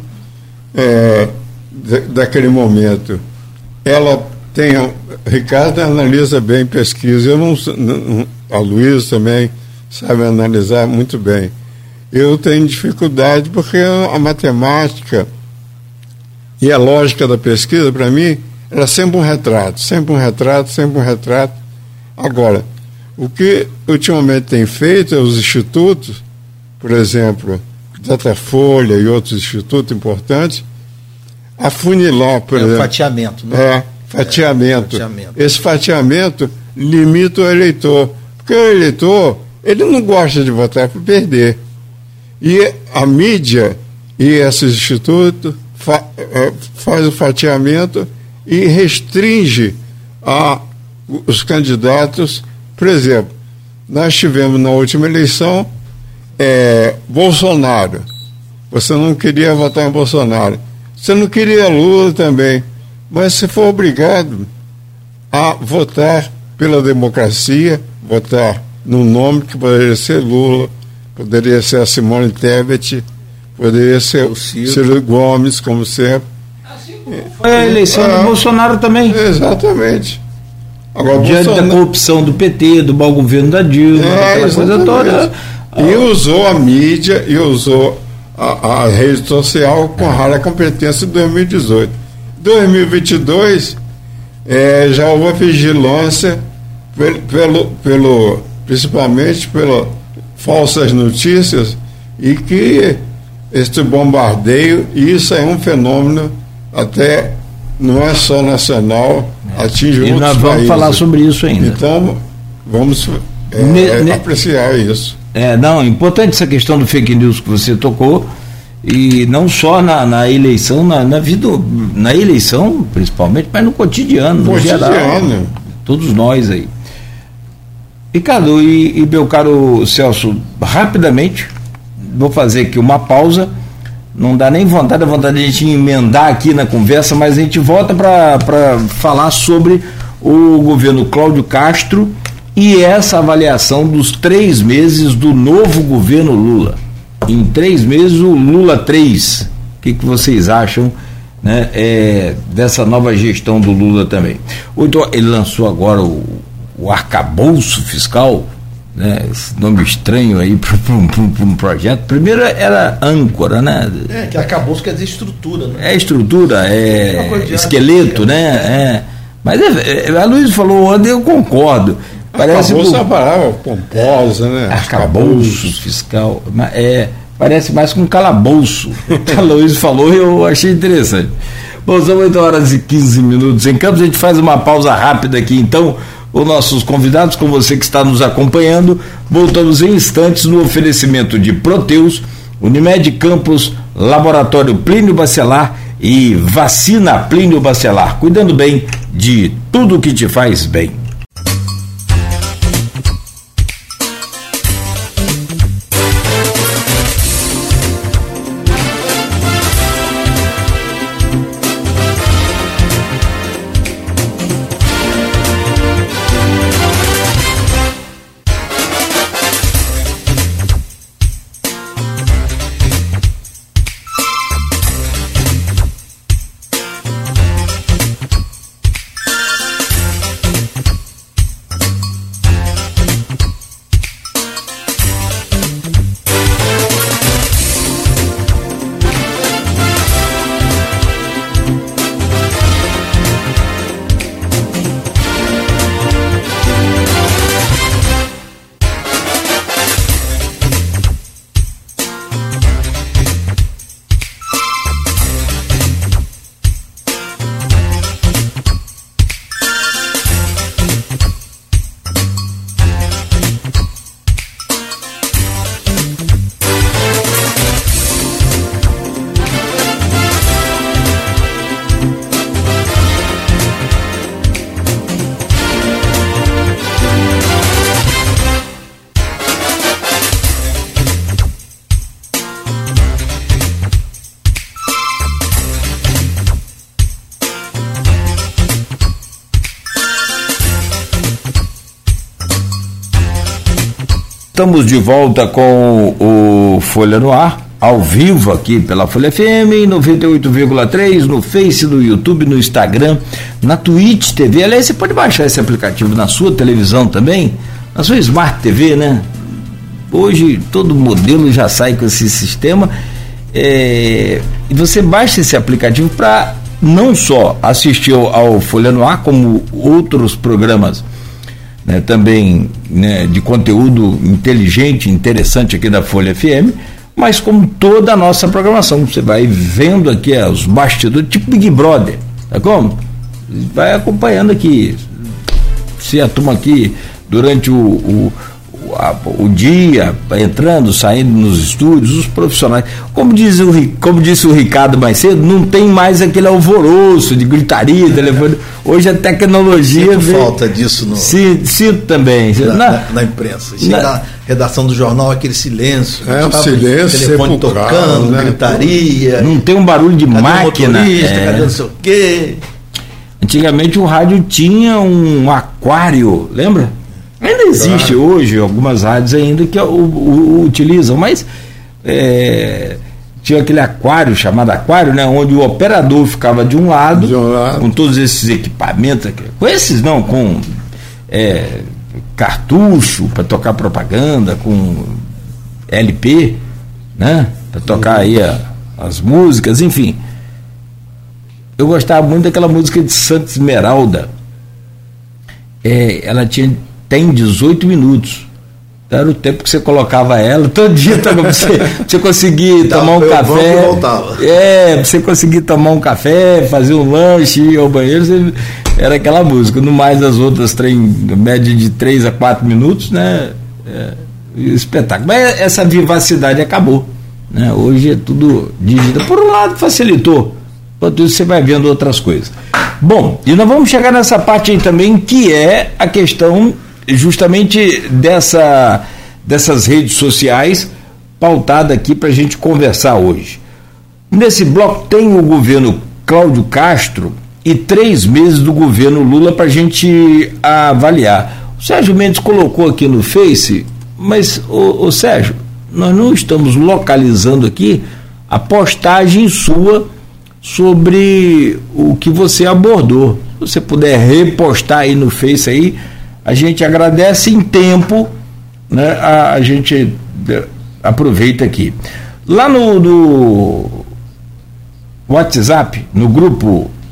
C: daquele momento. Ela tem... Ricardo analisa bem pesquisa, a Luísa também sabe analisar muito bem. Eu tenho dificuldade porque a matemática e a lógica da pesquisa, para mim, era sempre um retrato. Agora, o que ultimamente tem feito é os institutos, por exemplo, Datafolha e outros institutos importantes, afunilar, por exemplo.
D: Fatiamento, né?
C: Fatiamento. Esse fatiamento limita o eleitor, porque o eleitor, ele não gosta de votar para perder. E a mídia e esses institutos faz o fatiamento e restringe os candidatos. Por exemplo, nós tivemos na última eleição Bolsonaro. Você não queria votar em Bolsonaro. Você não queria Lula também. Mas você foi obrigado a votar pela democracia, votar no nome que poderia ser Lula, poderia ser a Simone Tebet, poderia ser o Ciro Gomes, como sempre.
B: Foi a eleição do Bolsonaro também.
C: Exatamente. Agora,
B: diante da corrupção do PT, do mau governo da Dilma, aquela coisa toda.
C: E usou a mídia, e usou a rede social com rara competência em 2018. 2022 já houve vigilância principalmente pelas falsas notícias, e que este bombardeio, e isso é um fenômeno até não é só nacional, atinge outros países. E nós vamos
B: falar sobre isso ainda.
C: Então vamos apreciar isso.
B: Importante essa questão do fake news que você tocou. E não só na eleição, na vida, na eleição principalmente, mas no cotidiano, no geral. Todos nós aí. Ricardo e meu caro Celso, rapidamente, vou fazer aqui uma pausa. Não dá nem vontade de a gente emendar aqui na conversa, mas a gente volta para falar sobre o governo Cláudio Castro e essa avaliação dos 3 meses do novo governo Lula. Em 3 meses, o Lula 3. O que vocês acham, né, dessa nova gestão do Lula também? Ele lançou agora o arcabouço fiscal, né, esse nome estranho aí para um projeto. Primeiro era âncora, né?
D: Que arcabouço quer dizer estrutura, né?
B: Estrutura, esqueleto, né? Mas a Luiz falou ontem, eu concordo. Parece
C: essa palavra pomposa, né?
B: Arcabouço fiscal. Parece mais com calabouço. A Luiz falou e eu achei interessante. Bom, são 8h15 em Campos, a gente faz uma pausa rápida aqui, então, os nossos convidados, com você que está nos acompanhando, voltamos em instantes no oferecimento de Proteus, Unimed Campos, Laboratório Plínio Bacelar e Vacina Plínio Bacelar, cuidando bem de tudo que te faz bem. Estamos de volta com o Folha no Ar, ao vivo aqui pela Folha FM, 98,3, no Face, no YouTube, no Instagram, na Twitch TV. Aliás, você pode baixar esse aplicativo na sua televisão também, na sua Smart TV, né? Hoje todo modelo já sai com esse sistema. E você baixa esse aplicativo para não só assistir ao Folha no Ar, como outros programas, né, também, né, de conteúdo inteligente, interessante aqui da Folha FM, mas como toda a nossa programação. Você vai vendo aqui os bastidores, tipo Big Brother, tá como? Vai acompanhando aqui, se a turma aqui durante o dia, entrando, saindo nos estúdios, os profissionais, como disse o Ricardo mais cedo, não tem mais aquele alvoroço de gritaria, telefone. Hoje a tecnologia
D: falta disso
B: sinto também
D: na imprensa. Na redação do jornal, aquele silêncio,
C: o silêncio,
D: telefone tocando, né? Gritaria,
B: não tem um barulho de máquina,
D: cadê não sei o quê.
B: Antigamente o rádio tinha um aquário, lembra? Ainda existe hoje algumas rádios ainda que utilizam, mas tinha aquele aquário, chamado aquário, né, onde o operador ficava de um lado, com todos esses equipamentos, com esses não, com cartucho para tocar propaganda, com LP, né, para tocar aí as músicas, enfim. Eu gostava muito daquela música de Santa Esmeralda. Ela tem 18 minutos. Era o tempo que você colocava ela, todo dia pra você conseguir tomar um café. Pra você conseguir tomar um café, fazer um lanche, ir ao banheiro, era aquela música. No mais, as outras média de 3 a 4 minutos, né? Espetáculo. Mas essa vivacidade acabou, né? Hoje é tudo digital. Por um lado, facilitou. Enquanto isso, você vai vendo outras coisas. Bom, e nós vamos chegar nessa parte aí também, que é a questão justamente dessas redes sociais, pautada aqui para a gente conversar hoje. Nesse bloco tem o governo Cláudio Castro e 3 meses do governo Lula para a gente avaliar. O Sérgio Mendes colocou aqui no Face, mas, ô Sérgio, nós não estamos localizando aqui a postagem sua sobre o que você abordou. Se você puder repostar aí no Face aí, a gente agradece em tempo, né? A gente aproveita aqui. Lá no WhatsApp, no grupo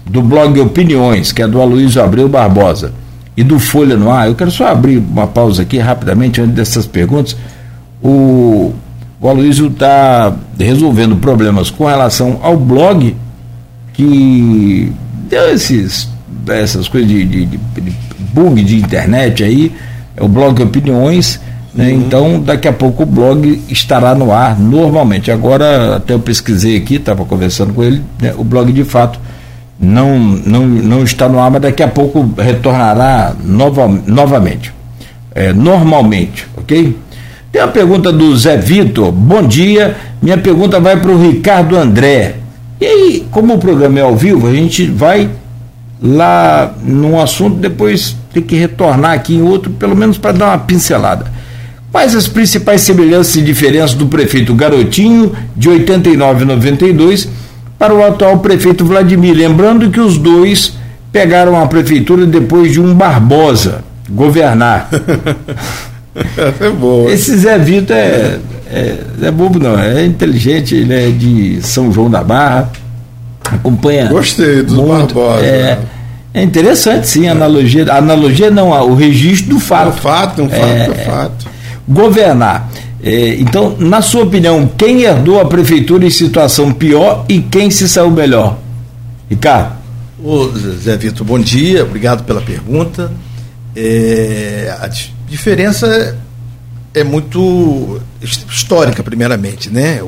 B: do blog Opiniões, que é do Aloysio Abreu Barbosa, e do Folha no Ar. Eu quero só abrir uma pausa aqui rapidamente antes dessas perguntas. O Aloysio está resolvendo problemas com relação ao blog, que deu essas coisas de bug de internet aí, é o blog Opiniões, né? Então daqui a pouco o blog estará no ar normalmente. Agora até eu pesquisei aqui, estava conversando com ele, né? O blog de fato não está no ar, mas daqui a pouco retornará novamente, normalmente, ok? Tem uma pergunta do Zé Vitor. Bom dia, minha pergunta vai para o Ricardo André. E aí, como o programa é ao vivo, a gente vai lá num assunto, depois tem que retornar aqui em outro, pelo menos para dar uma pincelada. Quais as principais semelhanças e diferenças do prefeito Garotinho, de 89 e 92, para o atual prefeito Vladimir? Lembrando que os dois pegaram a prefeitura depois de um Barbosa governar.
C: Essa é boa.
B: Esse Zé Vitor é bobo não, é inteligente, ele é de São João da Barra, acompanha.
C: Gostei dos Barbosa.
B: É interessante, sim, a analogia não, o registro do fato.
C: Um fato.
B: Governar. Então, na sua opinião, quem herdou a prefeitura em situação pior e quem se saiu melhor? Ricardo.
D: Ô, Zé Vitor, bom dia, obrigado pela pergunta. A diferença é muito histórica, primeiramente, né?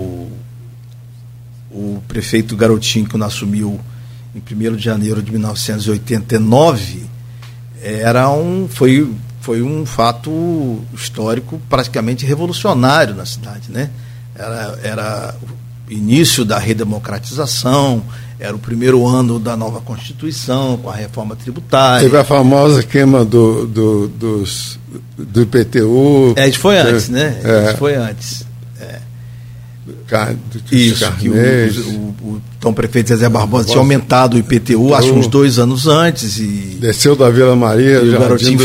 D: O prefeito Garotinho, quando assumiu em 1º de janeiro de 1989, foi um fato histórico praticamente revolucionário na cidade, né? Era o início da redemocratização, era o primeiro ano da nova Constituição, com a reforma tributária.
C: Teve a famosa queima do IPTU.
D: Isso foi antes, né? Isso foi antes. Isso, que o então prefeito Zezé Barbosa tinha aumentado o IPTU, acho uns 2 anos antes.
C: Desceu da Vila Maria,
D: e o Garotinho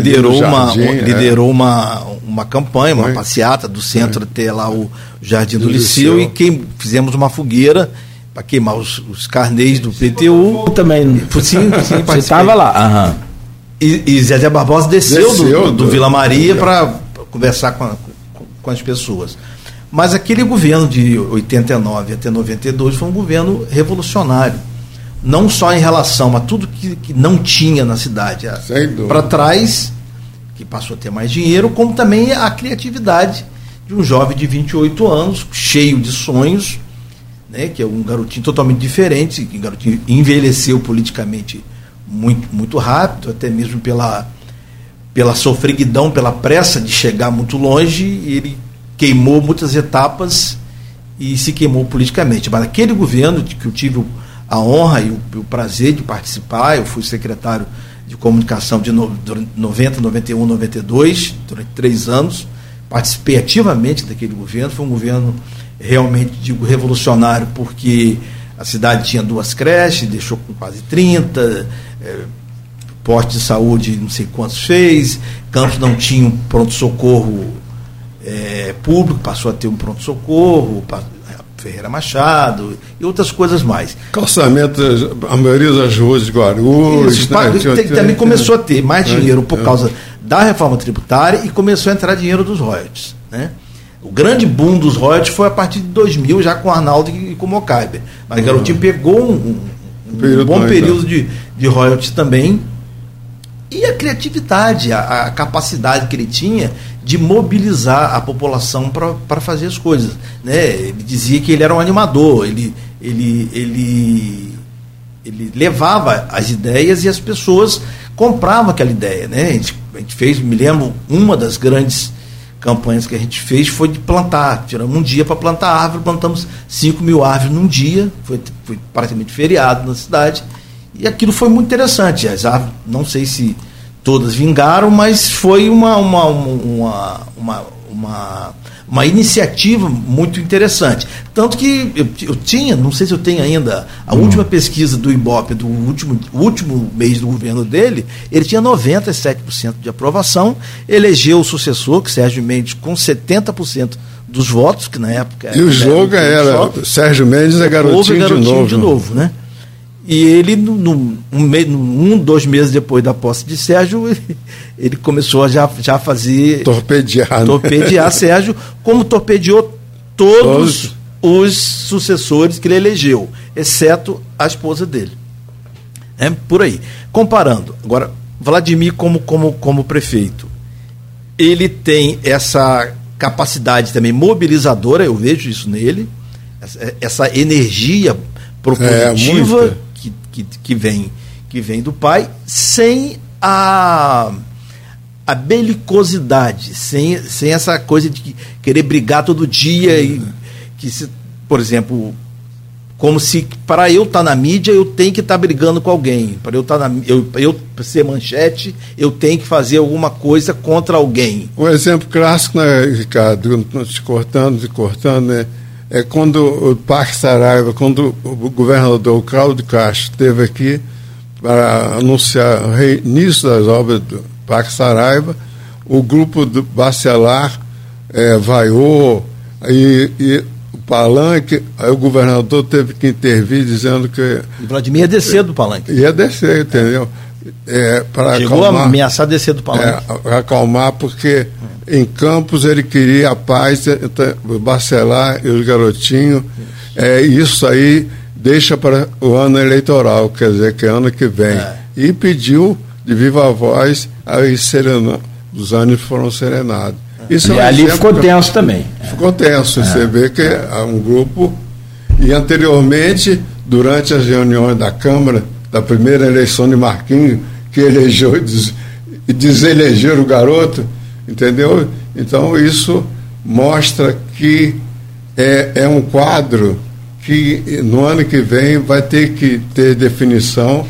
D: liderou uma campanha, uma passeata do centro até lá o Jardim do Liceu, e fizemos uma fogueira para queimar os carnês do IPTU.
B: Também.
D: Sim,
B: você estava lá.
D: E Zezé Barbosa desceu do Vila Maria para conversar com as pessoas. Mas aquele governo de 89 até 92 foi um governo revolucionário, não só em relação a tudo que não tinha na cidade para trás, que passou a ter mais dinheiro, como também a criatividade de um jovem de 28 anos, cheio de sonhos, né, que é um garotinho totalmente diferente, que garotinho envelheceu politicamente muito, muito rápido, até mesmo pela sofreguidão, pela pressa de chegar muito longe. Ele queimou muitas etapas e se queimou politicamente. Mas aquele governo que eu tive a honra e o prazer de participar, eu fui secretário de comunicação de 90, 91, 92, durante 3 anos, participei ativamente daquele governo. Foi um governo realmente, digo, revolucionário, porque a cidade tinha 2 creches, deixou com quase 30, postos de saúde não sei quantos fez, Campos não tinha um pronto-socorro público, passou a ter um pronto-socorro, Ferreira Machado e outras coisas mais.
C: Calçamento, a maioria das ruas de Guarulhos.
D: Também começou a ter mais dinheiro por causa da reforma tributária e começou a entrar dinheiro dos royalties, né? O grande boom dos royalties foi a partir de 2000, já com Arnaldo e com Mocaiber. Mas Garotinho pegou um bom período de royalties também. E a criatividade, a capacidade que ele tinha de mobilizar a população para fazer as coisas, né? Ele dizia que ele era um animador, ele levava as ideias e as pessoas compravam aquela ideia, né? A gente fez, me lembro, uma das grandes campanhas que a gente fez foi de plantar. Tiramos um dia para plantar árvore, plantamos 5.000 árvores num dia, foi praticamente feriado na cidade. E aquilo foi muito interessante. As árvores, não sei se todas vingaram, mas foi uma iniciativa muito interessante. Tanto que eu tinha, não sei se eu tenho ainda, a última pesquisa do Ibope, do último mês do governo dele, ele tinha 97% de aprovação, elegeu o sucessor, que Sérgio Mendes, com 70% dos votos, que na época...
C: E o slogan era Sérgio Mendes é garotinho de novo.
D: Né? E ele, 2 meses depois da posse de Sérgio, ele começou a já fazer... Torpedear Sérgio, como torpedeou todos os sucessores que ele elegeu, exceto a esposa dele. Por aí. Comparando, agora, Vladimir como prefeito, ele tem essa capacidade também mobilizadora, eu vejo isso nele, essa energia propositiva que vem do pai, sem a belicosidade, sem essa coisa de querer brigar todo dia, e por exemplo, como se para eu estar na mídia eu tenho que estar brigando com alguém, para eu ser manchete eu tenho que fazer alguma coisa contra alguém.
C: Um exemplo clássico, né, Ricardo, te cortando, né, é quando o Parque Saraiva, quando o governador Cláudio Castro esteve aqui para anunciar o reinício das obras do Parque Saraiva, o grupo do Bacelar vaiou, e o palanque, aí o governador teve que intervir dizendo que...
D: O Vladimir ia descer do palanque.
C: Ia descer, entendeu?
D: Chegou a ameaçar descer do palanque.
C: Acalmar, porque em Campos ele queria a paz entre o Bacelar e os garotinhos. Isso aí deixa para o ano eleitoral, quer dizer, que é ano que vem. E pediu de viva voz, aí os ânimos foram serenados. Isso
B: e ali ficou tenso também.
C: Ficou tenso. Você vê que é um grupo. E anteriormente, durante as reuniões da Câmara, da primeira eleição de Marquinhos, que elegeu e deselegeram o garoto, entendeu? Então isso mostra que é um quadro que no ano que vem vai ter que ter definição,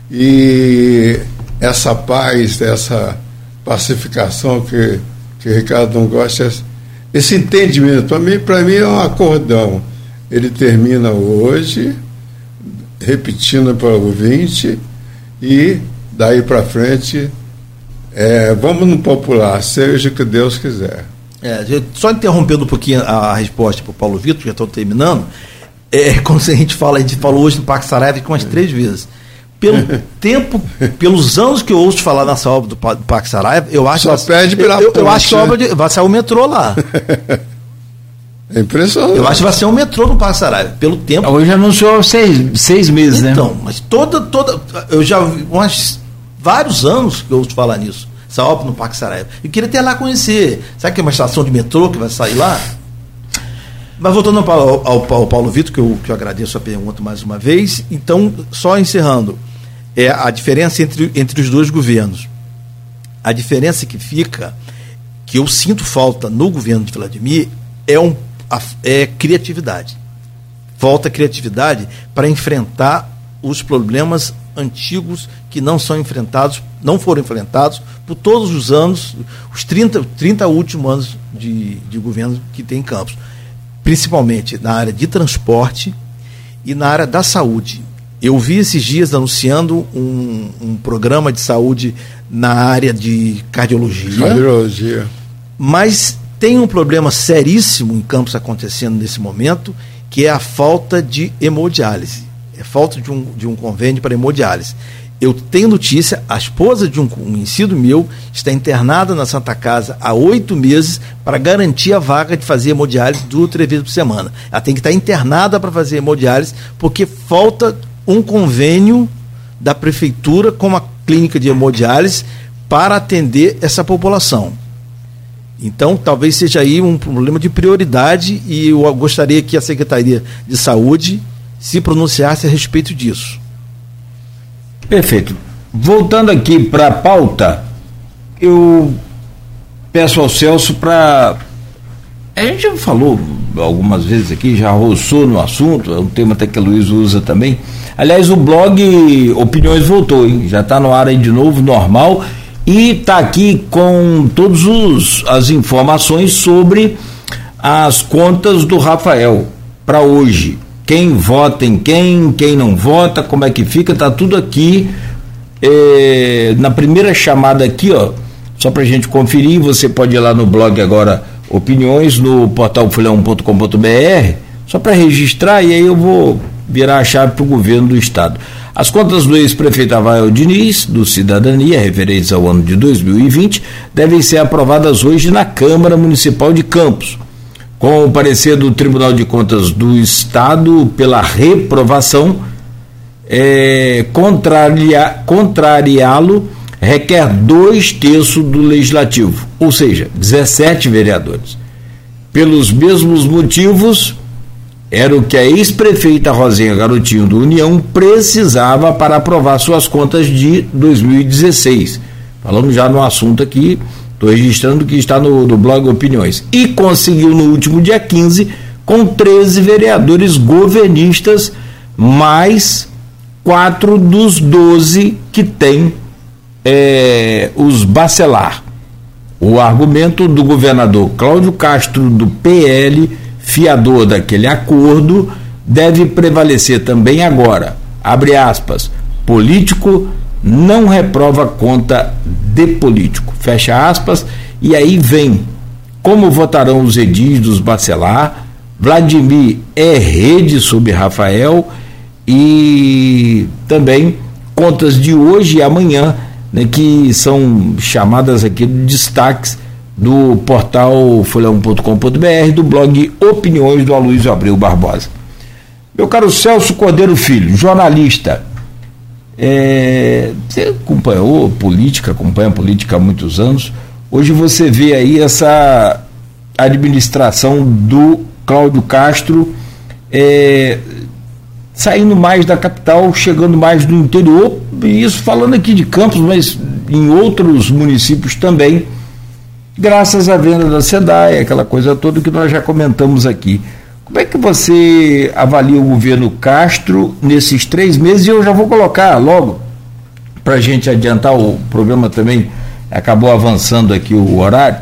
C: e essa paz, essa pacificação que o Ricardo não gosta, esse entendimento, para mim é um acordão. Ele termina hoje, repetindo para o ouvinte, e daí para frente vamos no popular, seja o que Deus quiser.
D: Só interrompendo um pouquinho a resposta para o Paulo Vitor, já estou terminando. Como a gente falou hoje no Parque Saraiva umas 3 vezes. Pelo tempo, pelos anos que eu ouço falar nessa obra do Parque Saraiva, eu acho
C: só perde pela ponte.
D: Eu acho que a obra vai sair um metrô lá.
C: É impressionante.
D: Eu acho que vai ser um metrô no Parque Saraiva, pelo tempo.
B: Hoje anunciou 6 meses, né?
D: Então, mas eu já vi vários anos que eu ouço falar nisso, essa obra no Parque Saraiva. Eu queria até lá conhecer. Sabe que é uma estação de metrô que vai sair lá? Mas voltando ao Paulo Vitor, que eu agradeço a pergunta mais uma vez. Então, só encerrando, a diferença entre os dois governos. A diferença que fica, que eu sinto falta no governo de Vladimir, é criatividade. Falta criatividade para enfrentar os problemas antigos que não foram enfrentados por todos os anos, os 30 últimos anos de governo que tem em Campos, principalmente na área de transporte e na área da saúde. Eu vi esses dias anunciando um programa de saúde na área de cardiologia. Mas tem um problema seríssimo em Campos acontecendo nesse momento, que é a falta de hemodiálise. É falta de um convênio para hemodiálise. Eu tenho notícia, a esposa de um conhecido meu está internada na Santa Casa há 8 meses para garantir a vaga de fazer hemodiálise 2 ou 3 vezes por semana. Ela tem que estar internada para fazer hemodiálise, porque falta um convênio da prefeitura com uma clínica de hemodiálise para atender essa população. Então, talvez seja aí um problema de prioridade, e eu gostaria que a Secretaria de Saúde se pronunciasse a respeito disso.
B: Perfeito. Voltando aqui para a pauta, eu peço ao Celso para... A gente já falou algumas vezes aqui, já roçou no assunto, é um tema até que a Luiz usa também. Aliás, o blog Opiniões voltou, hein? Já está no ar aí de novo, normal, e está aqui com todas as informações sobre as contas do Rafael para hoje. Quem vota em quem não vota, como é que fica, está tudo aqui. Na primeira chamada aqui, ó, só para a gente conferir, você pode ir lá no blog agora Opiniões, no portal folha1.com.br, só para registrar, e aí eu vou virar a chave para o governo do estado. As contas do ex-prefeito Avael Diniz, do Cidadania, referentes ao ano de 2020, devem ser aprovadas hoje na Câmara Municipal de Campos. Com o parecer do Tribunal de Contas do Estado pela reprovação, contrariá-lo requer 2/3 do Legislativo, ou seja, 17 vereadores. Pelos mesmos motivos, era o que a ex-prefeita Rosinha Garotinho do União precisava para aprovar suas contas de 2016. Falando já no assunto aqui, estou registrando que está no blog Opiniões. E conseguiu no último dia 15, com 13 vereadores governistas, mais 4 dos 12 que tem os bacelar. O argumento do governador Cláudio Castro, do PL, fiador daquele acordo, deve prevalecer também agora. Abre aspas, político não reprova conta de político. Fecha aspas, e aí vem como votarão os edis dos bacelar. Vladimir é rede sobre Rafael e também contas de hoje e amanhã, né, que são chamadas aqui de destaques do portal folha1.com.br, do blog Opiniões do Aloysio Abreu Barbosa. Meu caro Celso Cordeiro Filho, jornalista, você acompanha política há muitos anos. Hoje você vê aí essa administração do Cláudio Castro saindo mais da capital, chegando mais do interior, e isso falando aqui de Campos, mas em outros municípios também, graças à venda da SEDAI, aquela coisa toda que nós já comentamos aqui. Como é que você avalia o governo Castro nesses 3 meses? E eu já vou colocar logo, para a gente adiantar, o programa também acabou avançando aqui o horário,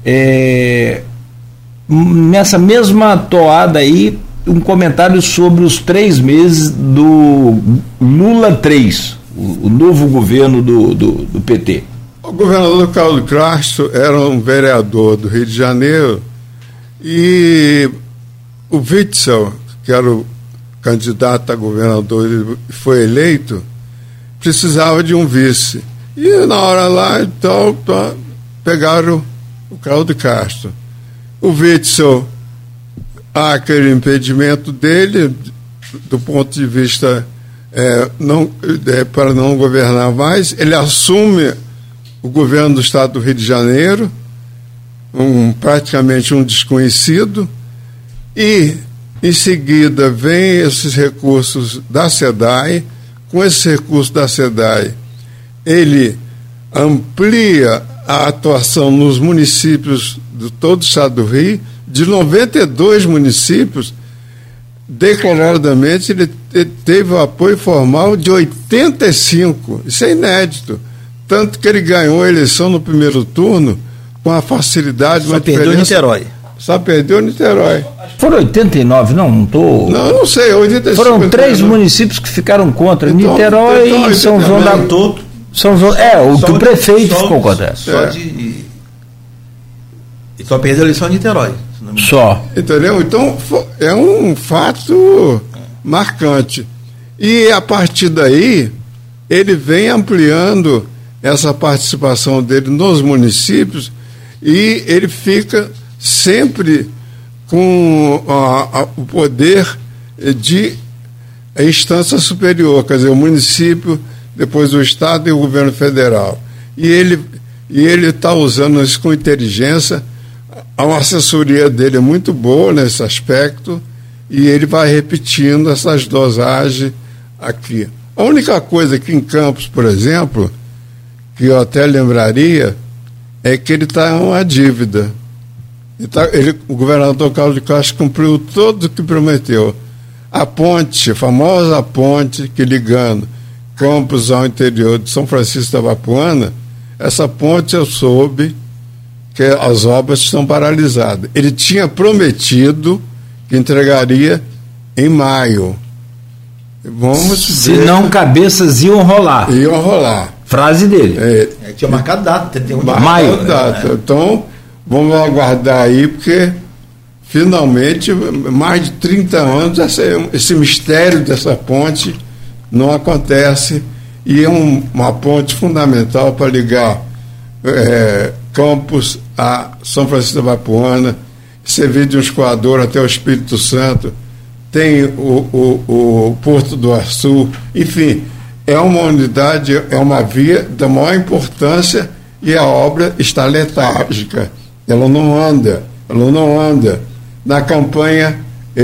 B: nessa mesma toada aí, um comentário sobre os 3 meses do Lula 3, o novo governo do PT.
C: O governador Cláudio Castro era um vereador do Rio de Janeiro e o Witzel, que era o candidato a governador e foi eleito, precisava de um vice. E na hora lá, então, pegaram o Cláudio Castro. O Witzel, há aquele impedimento dele, do ponto de vista para não governar mais, ele assume o governo do estado do Rio de Janeiro, praticamente um desconhecido, e em seguida vem esses recursos da SEDAI. Com esses recursos da SEDAI, ele amplia a atuação nos municípios de todo o estado do Rio. De 92 municípios, declaradamente ele teve o apoio formal de 85. Isso é inédito. Tanto que ele ganhou a eleição no primeiro turno com a facilidade.
D: Só perdeu Niterói.
C: Só perdeu Niterói.
B: Foram 89, não estou...
C: Não, não sei, 85.
B: Foram 3 municípios que ficaram contra, então, Niterói e São João da... São João, o prefeito ficou contra.
D: E só perdeu a eleição em Niterói.
B: Só.
C: Entendeu? Então, é um fato marcante. E, a partir daí, ele vem ampliando essa participação dele nos municípios e ele fica sempre com o poder de instância superior, quer dizer, o município, depois o Estado e o governo federal. E ele está usando isso com inteligência. A assessoria dele é muito boa nesse aspecto e ele vai repetindo essas dosagens aqui. A única coisa que em Campos, por exemplo, que eu até lembraria, é que ele está em uma dívida. O governador Cláudio Castro cumpriu tudo o que prometeu. A ponte, a famosa ponte que ligando Campos ao interior de São Francisco da Vapuana, essa ponte eu soube que as obras estão paralisadas. Ele tinha prometido que entregaria em maio.
B: Senão cabeças iam rolar.
C: Iam rolar.
B: Frase dele.
D: Tinha marcado data, 31 de
C: maio. Então, vamos aguardar aí, porque finalmente, mais de 30 anos, esse mistério dessa ponte não acontece, e é uma ponte fundamental para ligar Campos a São Francisco da Bapuana, servir de um escoador até o Espírito Santo, tem o Porto do Açu, enfim, é uma unidade, é uma via da maior importância, e a obra está letárgica, ela não anda. Na campanha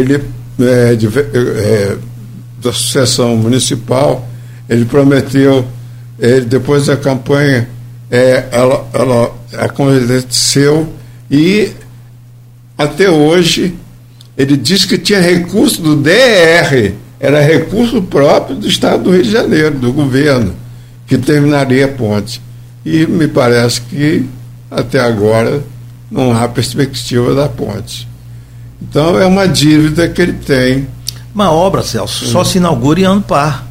C: da Associação Municipal, ele prometeu, depois da campanha, ela aconteceu, e até hoje ele disse que tinha recurso do DR, era recurso próprio do Estado do Rio de Janeiro, do governo, que terminaria a ponte. E me parece que até agora não há perspectiva da ponte. Então é uma dívida que ele tem.
D: Uma obra, Celso, só se inaugura em ano par.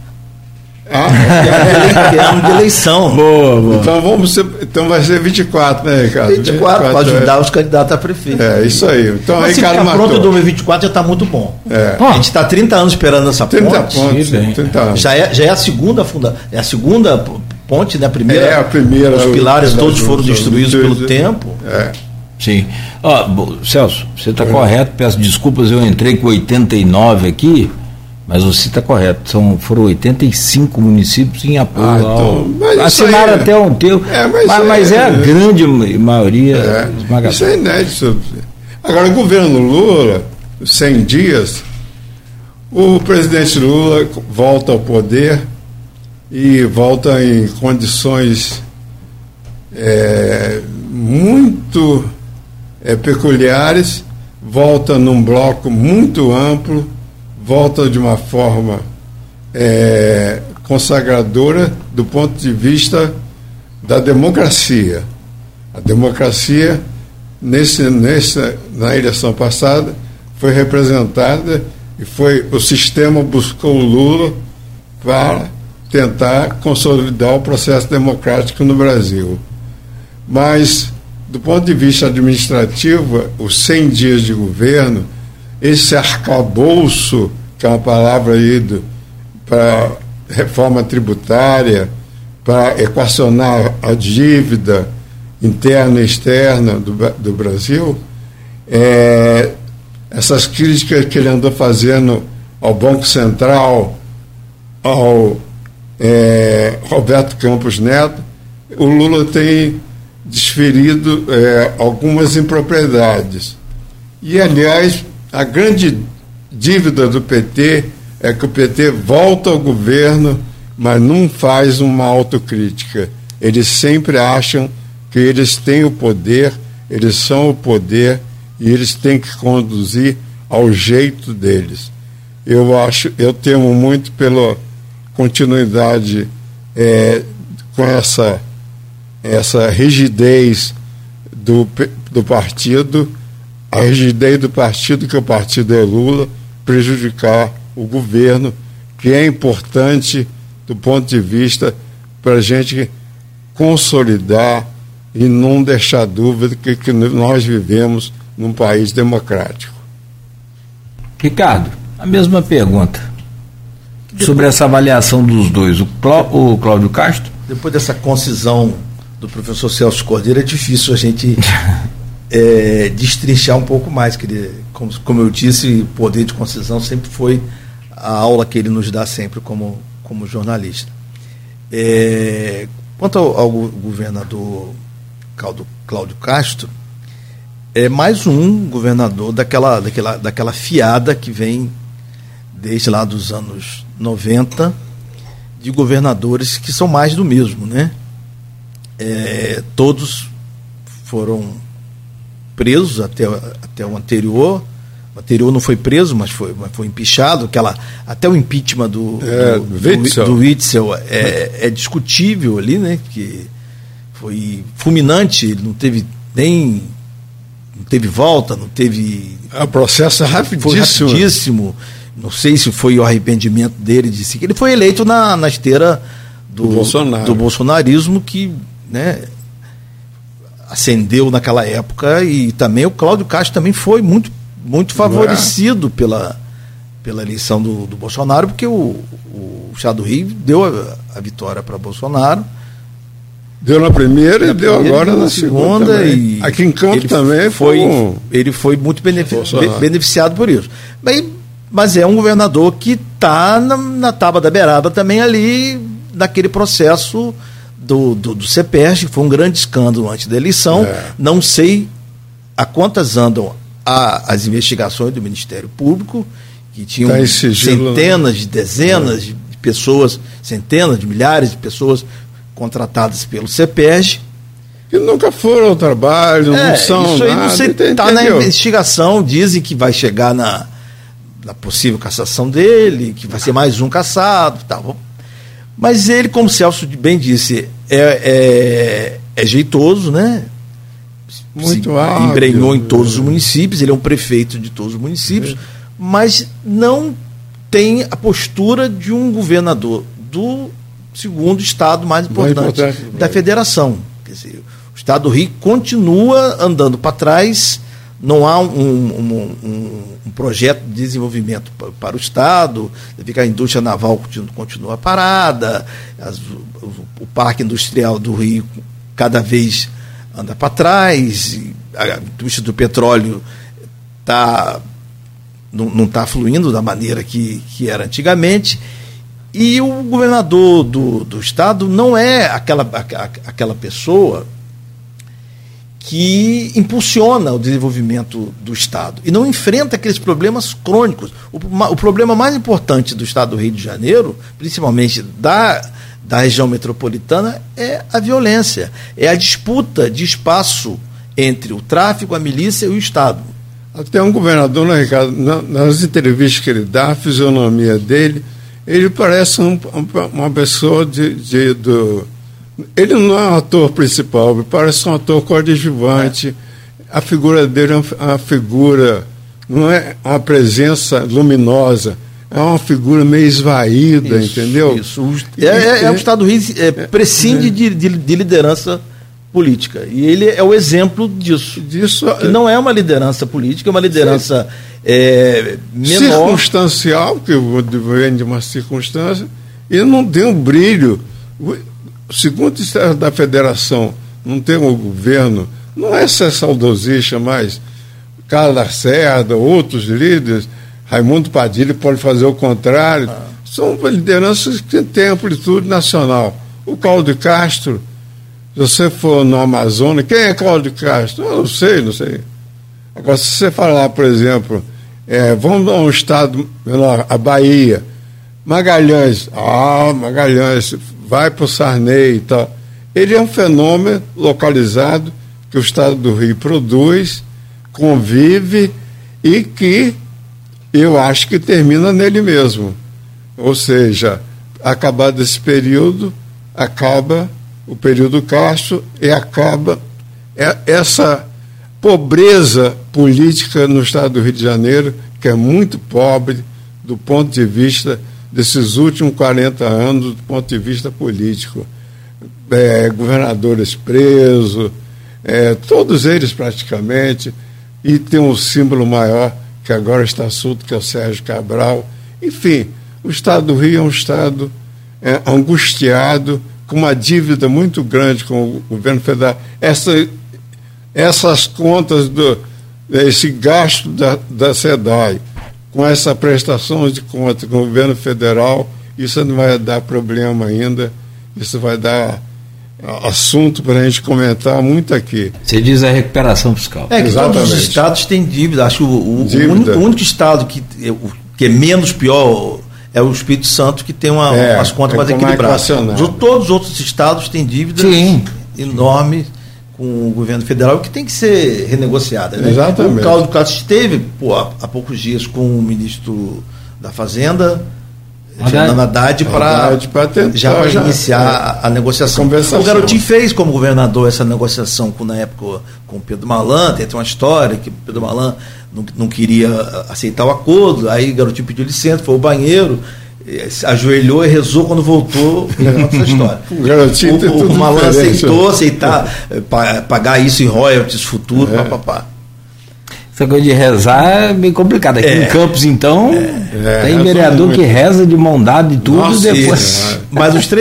D: É ano de eleição.
C: Boa. Então vai ser 24, né, Ricardo?
D: 24 para ajudar os candidatos a prefeito.
C: É, isso aí. Então,
D: mas se ficar pronto em 2024 já está muito bom. A gente está 30 anos esperando essa ponte.
C: 30 anos.
D: Já é a segunda ponte, né?
C: A primeira.
D: Os pilares todos foram destruídos pelo tempo.
B: Sim. Celso, você está correto, peço desculpas, eu entrei com 89 aqui, mas você está correto, foram 85 municípios em apoio assinaram até um termo, mas a grande maioria esmagadora.
C: Isso é inédito. Agora, o governo Lula, 100 dias, o presidente Lula volta ao poder e volta em condições muito peculiares, volta num bloco muito amplo, volta de uma forma consagradora do ponto de vista da democracia. A democracia, na eleição passada, foi representada e o sistema buscou o Lula para tentar consolidar o processo democrático no Brasil. Mas, do ponto de vista administrativo, os 100 dias de governo, esse arcabouço, que é uma palavra aí para reforma tributária, para equacionar a dívida interna e externa do Brasil, essas críticas que ele andou fazendo ao Banco Central, ao Roberto Campos Neto, o Lula tem desferido algumas impropriedades. E, aliás, a grande dívida do PT é que o PT volta ao governo, mas não faz uma autocrítica. Eles sempre acham que eles têm o poder, eles são o poder e eles têm que conduzir ao jeito deles. Eu temo muito pela continuidade com essa rigidez do partido, a rigidez do partido, que o partido é Lula, prejudicar o governo, que é importante do ponto de vista para a gente consolidar e não deixar dúvida que nós vivemos num país democrático.
B: Ricardo, a mesma pergunta sobre essa avaliação dos dois. O Cláudio Castro?
D: Depois dessa concisão do professor Celso Cordeiro, é difícil a gente destrinchar um pouco mais. Como eu disse, o poder de concisão sempre foi a aula que ele nos dá sempre como jornalista. Quanto ao governador Cláudio Castro, é mais um governador daquela fiada que vem desde lá dos anos 90, de governadores que são mais do mesmo, né? Todos foram presos até o anterior. O anterior não foi preso, mas foi empichado. Até o impeachment do Witzel é discutível ali, né? Que foi fulminante, ele não teve volta, não teve.
C: O processo
D: foi rapidíssimo. Não sei se foi o arrependimento dele de si, que ele foi eleito na esteira do bolsonarismo, que, né, ascendeu naquela época. E também o Cláudio Castro também foi muito, muito favorecido pela eleição do Bolsonaro, porque o Estado do Rio deu a vitória para Bolsonaro.
C: Deu na primeira e deu agora na segunda.
D: E
C: aqui em Campos também
D: ele foi muito beneficiado por isso. Mas é um governador que está na tábua da beirada também ali, naquele processo do CEPERJ, que foi um grande escândalo antes da eleição. Não sei a quantas andam as investigações do Ministério Público, que tinham centenas de dezenas de pessoas, centenas de milhares de pessoas contratadas pelo CEPERJ.
C: Que nunca foram ao trabalho, não são
D: isso aí
C: nada.
D: Não sei, está na investigação, dizem que vai chegar na possível cassação dele, que vai ser mais um cassado, tal. Mas ele, como o Celso bem disse, é jeitoso, né?
C: Muito hábil,
D: embrenhou em todos os municípios, ele é um prefeito de todos os municípios, mas não tem a postura de um governador do segundo estado mais importante da federação. Quer dizer, o Estado do Rio continua andando para trás, não há um projeto de desenvolvimento para o Estado, a indústria naval continua parada, o parque industrial do Rio cada vez anda para trás, a indústria do petróleo não está fluindo da maneira que era antigamente. E o governador do estado não é aquela pessoa que impulsiona o desenvolvimento do estado e não enfrenta aqueles problemas crônicos. O problema mais importante do estado do Rio de Janeiro, principalmente da região metropolitana, é a violência, é a disputa de espaço entre o tráfico, a milícia e o Estado.
C: Até um governador, né, Ricardo, nas entrevistas que ele dá, a fisionomia dele, ele parece uma pessoa ele não é um ator principal, ele parece um ator coadjuvante. A figura dele é uma figura, não é uma presença luminosa, é uma figura meio esvaída, entendeu?
D: Isso. O Estado do Rio prescinde de liderança política. E ele é o exemplo disso. Que não é uma liderança política, é uma liderança menor.
C: Circunstancial, que vem de uma circunstância, e não tem um brilho. Segundo o Estado da Federação, não tem um governo, não é ser saudosista, mas Carlos Lacerda, outros líderes, Raimundo Padilha pode fazer o contrário. São lideranças que têm amplitude nacional. O Cláudio Castro, se você for no Amazonas, quem é Cláudio Castro? Eu não sei. Agora, se você falar, por exemplo, vamos a um estado menor, a Bahia, Magalhães, vai para o Sarney e tal. Ele é um fenômeno localizado que o Estado do Rio produz, convive e que eu acho que termina nele mesmo. Ou seja, acabado esse período, acaba o período Castro e acaba essa pobreza política no Estado do Rio de Janeiro, que é muito pobre do ponto de vista desses últimos 40 anos, do ponto de vista político. Governadores presos, todos eles praticamente, e tem um símbolo maior que agora está solto, que é o Sérgio Cabral. Enfim, o Estado do Rio é um Estado angustiado, com uma dívida muito grande com o governo federal. Essas contas, esse gasto da SEDAI, com essa prestação de conta com o governo federal, isso não vai dar problema ainda, isso vai dar assunto para a gente comentar muito aqui.
B: Você diz a recuperação fiscal.
D: Que todos os estados têm dívida. Acho que o único estado que é menos pior é o Espírito Santo, que tem umas contas mais equilibradas. Todos os outros estados têm dívidas enormes com o governo federal, que tem que ser renegociada. Né?
C: Exatamente.
D: O Cláudio Castro esteve há poucos dias com o ministro da Fazenda, Fernando Haddad, para iniciar a negociação. O Garotinho fez como governador essa negociação na época com o Pedro Malan. Tem uma história que o Pedro Malan não queria aceitar o acordo, aí o Garotinho pediu licença, foi ao banheiro, ajoelhou e rezou. Quando voltou, essa história. O Malan aceitar pagar isso em royalties futuros, papapá.
B: Essa coisa de rezar é bem complicada. Aqui em Campos, então, tem vereador que reza de mão dada e tudo.
D: Nossa,
B: depois.
D: Mas os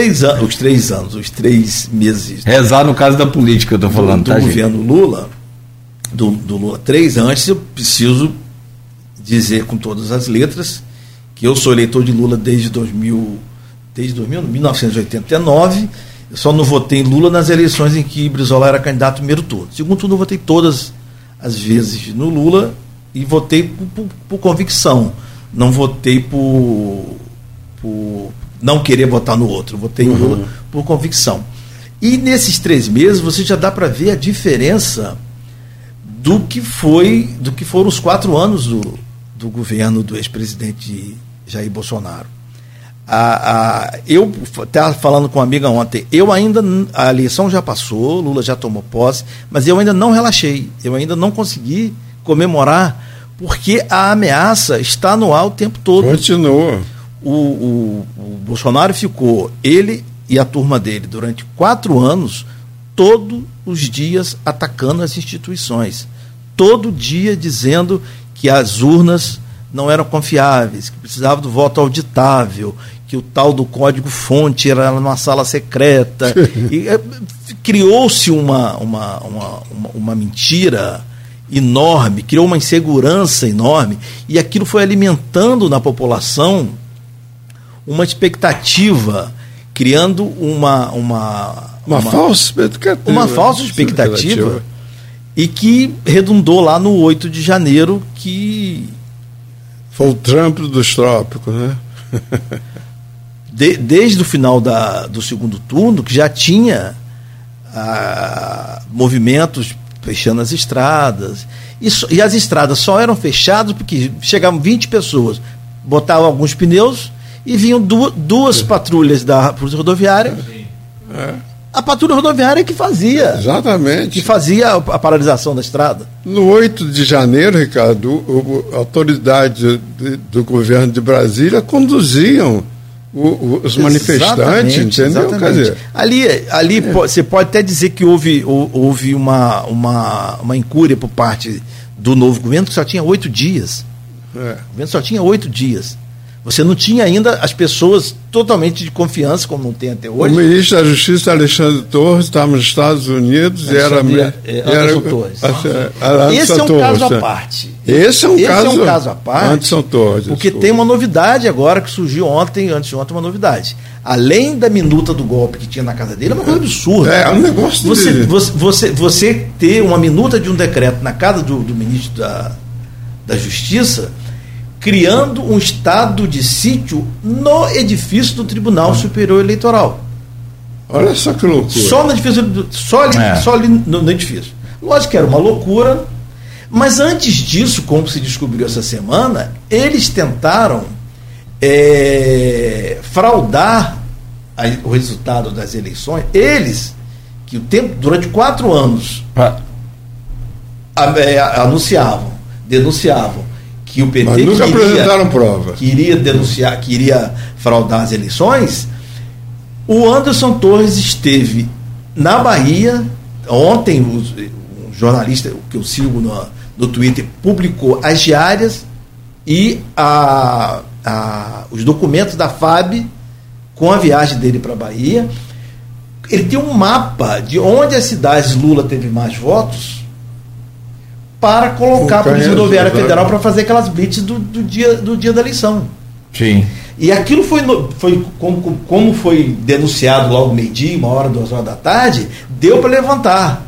D: 3 meses.
B: Rezar no caso da política, eu estou falando,
D: do governo Lula, do Lula 3 antes, eu preciso dizer com todas as letras que eu sou eleitor de Lula desde 1989. Eu só não votei em Lula nas eleições em que Brizola era candidato no primeiro turno. Segundo turno, eu votei todas as vezes no Lula e votei por convicção. Não votei por não querer votar no outro. Votei em Lula por convicção. E nesses 3 meses você já dá para ver a diferença do que foram os 4 anos do governo do ex-presidente Jair Bolsonaro. Eu estava falando com uma amiga ontem, a eleição já passou, Lula já tomou posse, mas eu ainda não relaxei, eu ainda não consegui comemorar, porque a ameaça está no ar o tempo todo.
C: Continua.
D: O Bolsonaro ficou, ele e a turma dele, durante 4 anos, todos os dias atacando as instituições, todo dia dizendo que as urnas não eram confiáveis, que precisava do voto auditável, que o tal do código-fonte era numa sala secreta. E criou-se uma mentira enorme, criou uma insegurança enorme, e aquilo foi alimentando na população uma expectativa, criando uma falsa expectativa, e que redundou lá no 8 de janeiro, que
C: foi o Trump dos trópicos, né?
D: Desde o final do segundo turno, que já tinha movimentos fechando as estradas, e as estradas só eram fechadas porque chegavam 20 pessoas, botavam alguns pneus e vinham duas patrulhas da Polícia Rodoviária. A patrulha rodoviária que fazia.
C: Exatamente.
D: Que fazia a paralisação da estrada.
C: No 8 de janeiro, Ricardo, autoridades do governo de Brasília conduziam os manifestantes, entendeu?
D: Exatamente.
C: Quer dizer,
D: ali você pode até dizer que houve uma incúria por parte do novo governo, que só tinha 8 dias. O governo só tinha 8 dias. Você não tinha ainda as pessoas totalmente de confiança, como não tem até hoje.
C: O ministro da Justiça, Alexandre Torres, estava nos Estados Unidos e era
D: Anderson Torres. Esse é um caso à parte.
C: Esse é um
D: caso à parte.
C: Anderson Torres.
D: Porque tem uma novidade agora que surgiu antes de ontem, uma novidade. Além da minuta do golpe que tinha na casa dele, é uma coisa absurda.
C: É um negócio
D: você ter uma minuta de um decreto na casa do ministro da Justiça, criando um estado de sítio no edifício do Tribunal Superior Eleitoral.
C: Olha só que loucura.
D: Só no edifício, só ali no edifício. Lógico que era uma loucura, mas antes disso, como se descobriu essa semana, eles tentaram fraudar o resultado das eleições. Eles, que durante 4 anos denunciavam que o PT
C: nunca apresentaram prova.
D: Queria fraudar as eleições. O Anderson Torres esteve na Bahia. Ontem, um jornalista que eu sigo no Twitter publicou as diárias e os documentos da FAB com a viagem dele para a Bahia. Ele tem um mapa de onde as cidades Lula teve mais votos, para colocar a Polícia Rodoviária Federal para fazer aquelas blitz do dia da eleição.
B: Sim.
D: E aquilo foi como foi denunciado logo meio-dia, 1h, 2h da tarde, deu para levantar.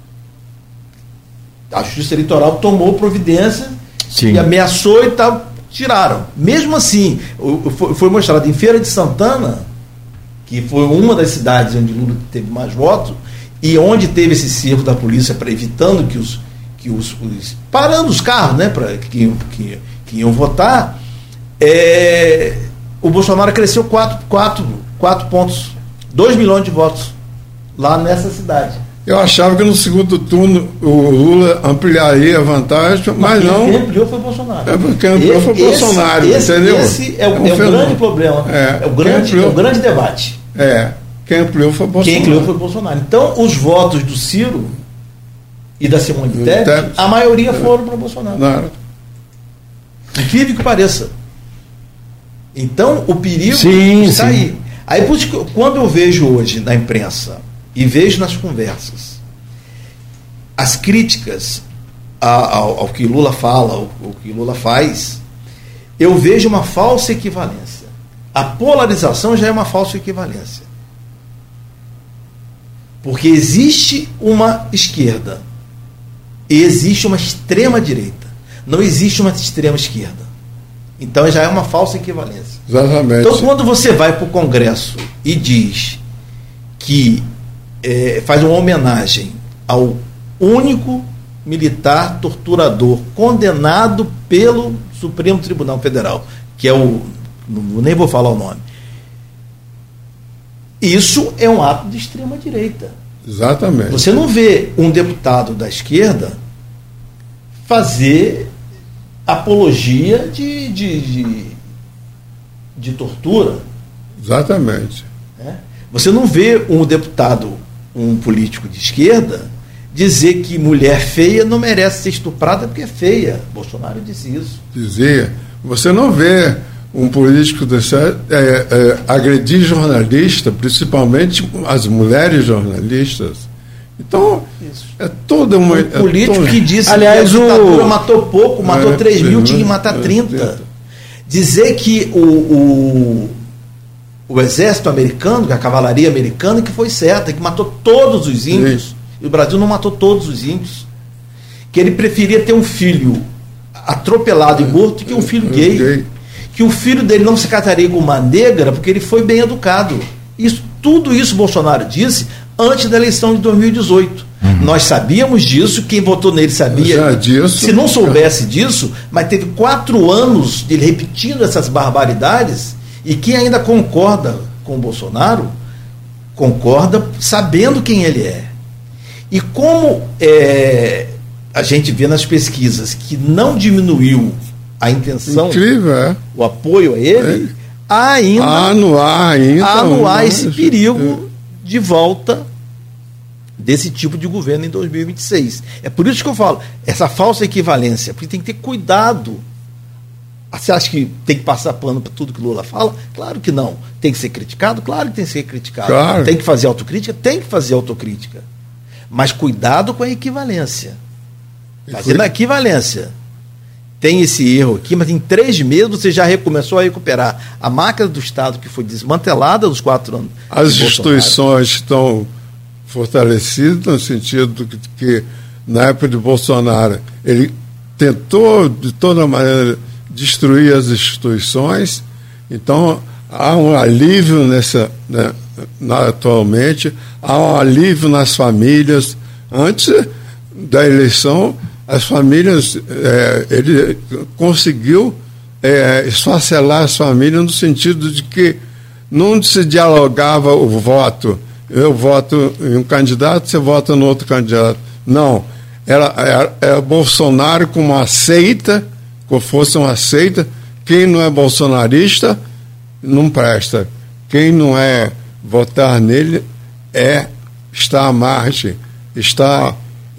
D: A Justiça Eleitoral tomou providência. Sim. E ameaçou e tal, tiraram. Mesmo assim, foi mostrado em Feira de Santana, que foi uma das cidades onde Lula teve mais votos, e onde teve esse cerco da polícia evitando que parando os carros, né, que iam votar, o Bolsonaro cresceu 4 pontos, 2 milhões de votos lá nessa cidade.
C: Eu achava que no segundo turno o Lula ampliaria a vantagem, mas não.
D: Quem ampliou foi o Bolsonaro.
C: Quem ampliou foi o Bolsonaro, entendeu?
D: Esse é o grande problema, é o grande debate.
C: Quem ampliou foi o Bolsonaro.
D: Quem ampliou foi o Bolsonaro. Então, os votos do Ciro e da Simone Tebet, a maioria foram para o Bolsonaro.
C: Não.
D: Incrível que pareça. Então, o perigo está aí. Aí, por isso que, quando eu vejo hoje na imprensa e vejo nas conversas as críticas ao que Lula fala, ao que Lula faz, eu vejo uma falsa equivalência. A polarização já é uma falsa equivalência. Porque existe uma esquerda e existe uma extrema direita. Não existe uma extrema esquerda. Então já é uma falsa equivalência.
C: Exatamente.
D: Então, quando você vai para o Congresso e diz que faz uma homenagem ao único militar torturador condenado pelo Supremo Tribunal Federal, que é nem vou falar o nome, isso é um ato de extrema direita.
C: Exatamente.
D: Você não vê um deputado da esquerda fazer apologia de tortura.
C: Exatamente.
D: Né? Você não vê um deputado, um político de esquerda, dizer que mulher feia não merece ser estuprada porque é feia. Bolsonaro disse isso.
C: Dizia. Você não vê um político agredir jornalista, principalmente as mulheres jornalistas. Então, isso. É toda uma...
D: Um político que disse que a ditadura matou pouco, matou 3 mil, tinha que matar 30. Dizer que o exército americano, que a cavalaria americana, que foi certa, que matou todos os índios, e o Brasil não matou todos os índios, que ele preferia ter um filho atropelado e morto que um filho gay, que o filho dele não se casaria com uma negra porque ele foi bem educado. Tudo isso Bolsonaro disse antes da eleição de 2018. Nós sabíamos disso, quem votou nele sabia disso. Se não soubesse disso, mas teve 4 anos de ele repetindo essas barbaridades, e quem ainda concorda com o Bolsonaro, concorda sabendo quem ele é. E como a gente vê nas pesquisas que não diminuiu a intenção,
C: incrível,
D: o apoio a ele, há no ar esse perigo de volta desse tipo de governo em 2026. É por isso que eu falo, essa falsa equivalência, porque tem que ter cuidado. Você acha que tem que passar pano para tudo que o Lula fala? Claro que não. Tem que ser criticado? Claro que tem que ser criticado.
C: Claro.
D: Tem que fazer autocrítica? Tem que fazer autocrítica. Mas cuidado com a equivalência. Fazendo a equivalência. Tem esse erro aqui, mas em 3 meses você já começou a recuperar a máquina do Estado que foi desmantelada nos 4 anos.
C: As instituições estão fortalecidas no sentido que na época de Bolsonaro ele tentou de toda maneira destruir as instituições. Então há um alívio atualmente, há um alívio nas famílias. Antes da eleição, as famílias, ele conseguiu esfacelar as famílias no sentido de que não se dialogava o voto. Eu voto em um candidato, você vota no outro candidato. Não. Era Bolsonaro como uma seita, como fosse uma seita. Quem não é bolsonarista não presta. Quem não votar nele está à margem, está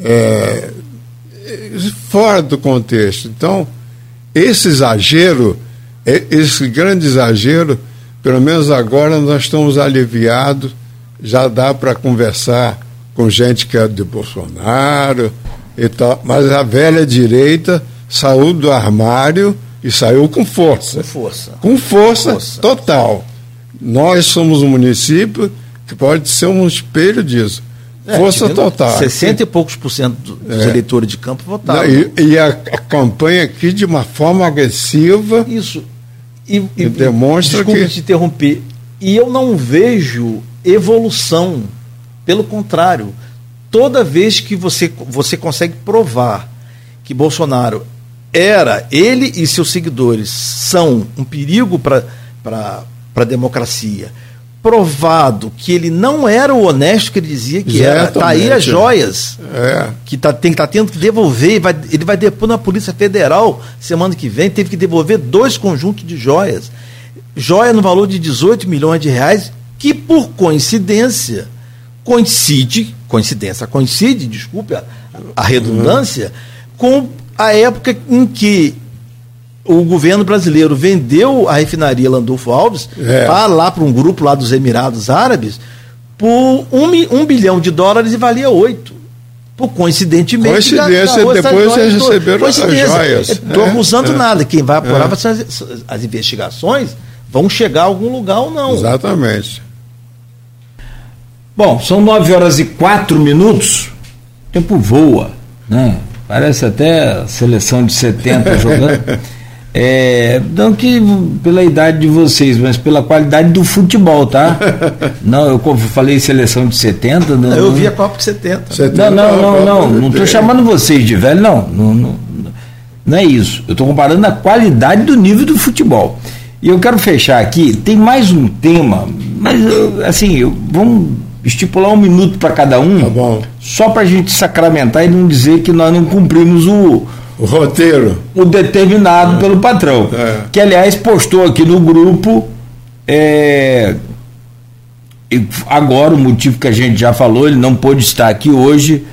C: fora do contexto. Então, esse exagero, esse grande exagero, pelo menos agora nós estamos aliviados, já dá para conversar com gente que é de Bolsonaro e tal, mas a velha direita saiu do armário e saiu com força. Com força total. Nós somos um município que pode ser um espelho disso. Força total.
D: 60 e poucos % dos eleitores de campo votaram.
C: E a campanha aqui de uma forma agressiva.
D: Isso.
C: E demonstra
D: desculpe te interromper. E eu não vejo evolução. Pelo contrário, toda vez que você consegue provar que Bolsonaro ele e seus seguidores são um perigo para a democracia, provado que ele não era o honesto que ele dizia que era, está aí as joias, que tem que estar tendo que devolver, ele vai depor na Polícia Federal semana que vem, teve que devolver 2 conjuntos de joias, joia no valor de 18 milhões de reais, que por coincidência coincide, desculpe a redundância, com a época em que o governo brasileiro vendeu a refinaria Landulfo Alves lá para um grupo lá dos Emirados Árabes por $1 bilhão e valia 8. Por coincidentemente.
C: Depois eles receberam as joias.
D: Estou acusando nada. Quem vai apurar as investigações vão chegar a algum lugar ou não.
C: Exatamente.
B: Bom, são 9h04. O tempo voa, né? Parece até a seleção de 70 jogando. Não que pela idade de vocês, mas pela qualidade do futebol, tá? Não, eu falei seleção de 70. Não, eu
D: vi a Copa de 70.
B: Não estou chamando vocês de velho, não é isso. Eu estou comparando a qualidade do nível do futebol. E eu quero fechar aqui, tem mais um tema, mas assim, vamos estipular 1 minuto para cada um,
C: tá bom,
B: só para a gente sacramentar e não dizer que nós não cumprimos o
C: roteiro,
B: o determinado pelo patrão, que aliás postou aqui no grupo, agora o motivo que a gente já falou, ele não pôde estar aqui hoje,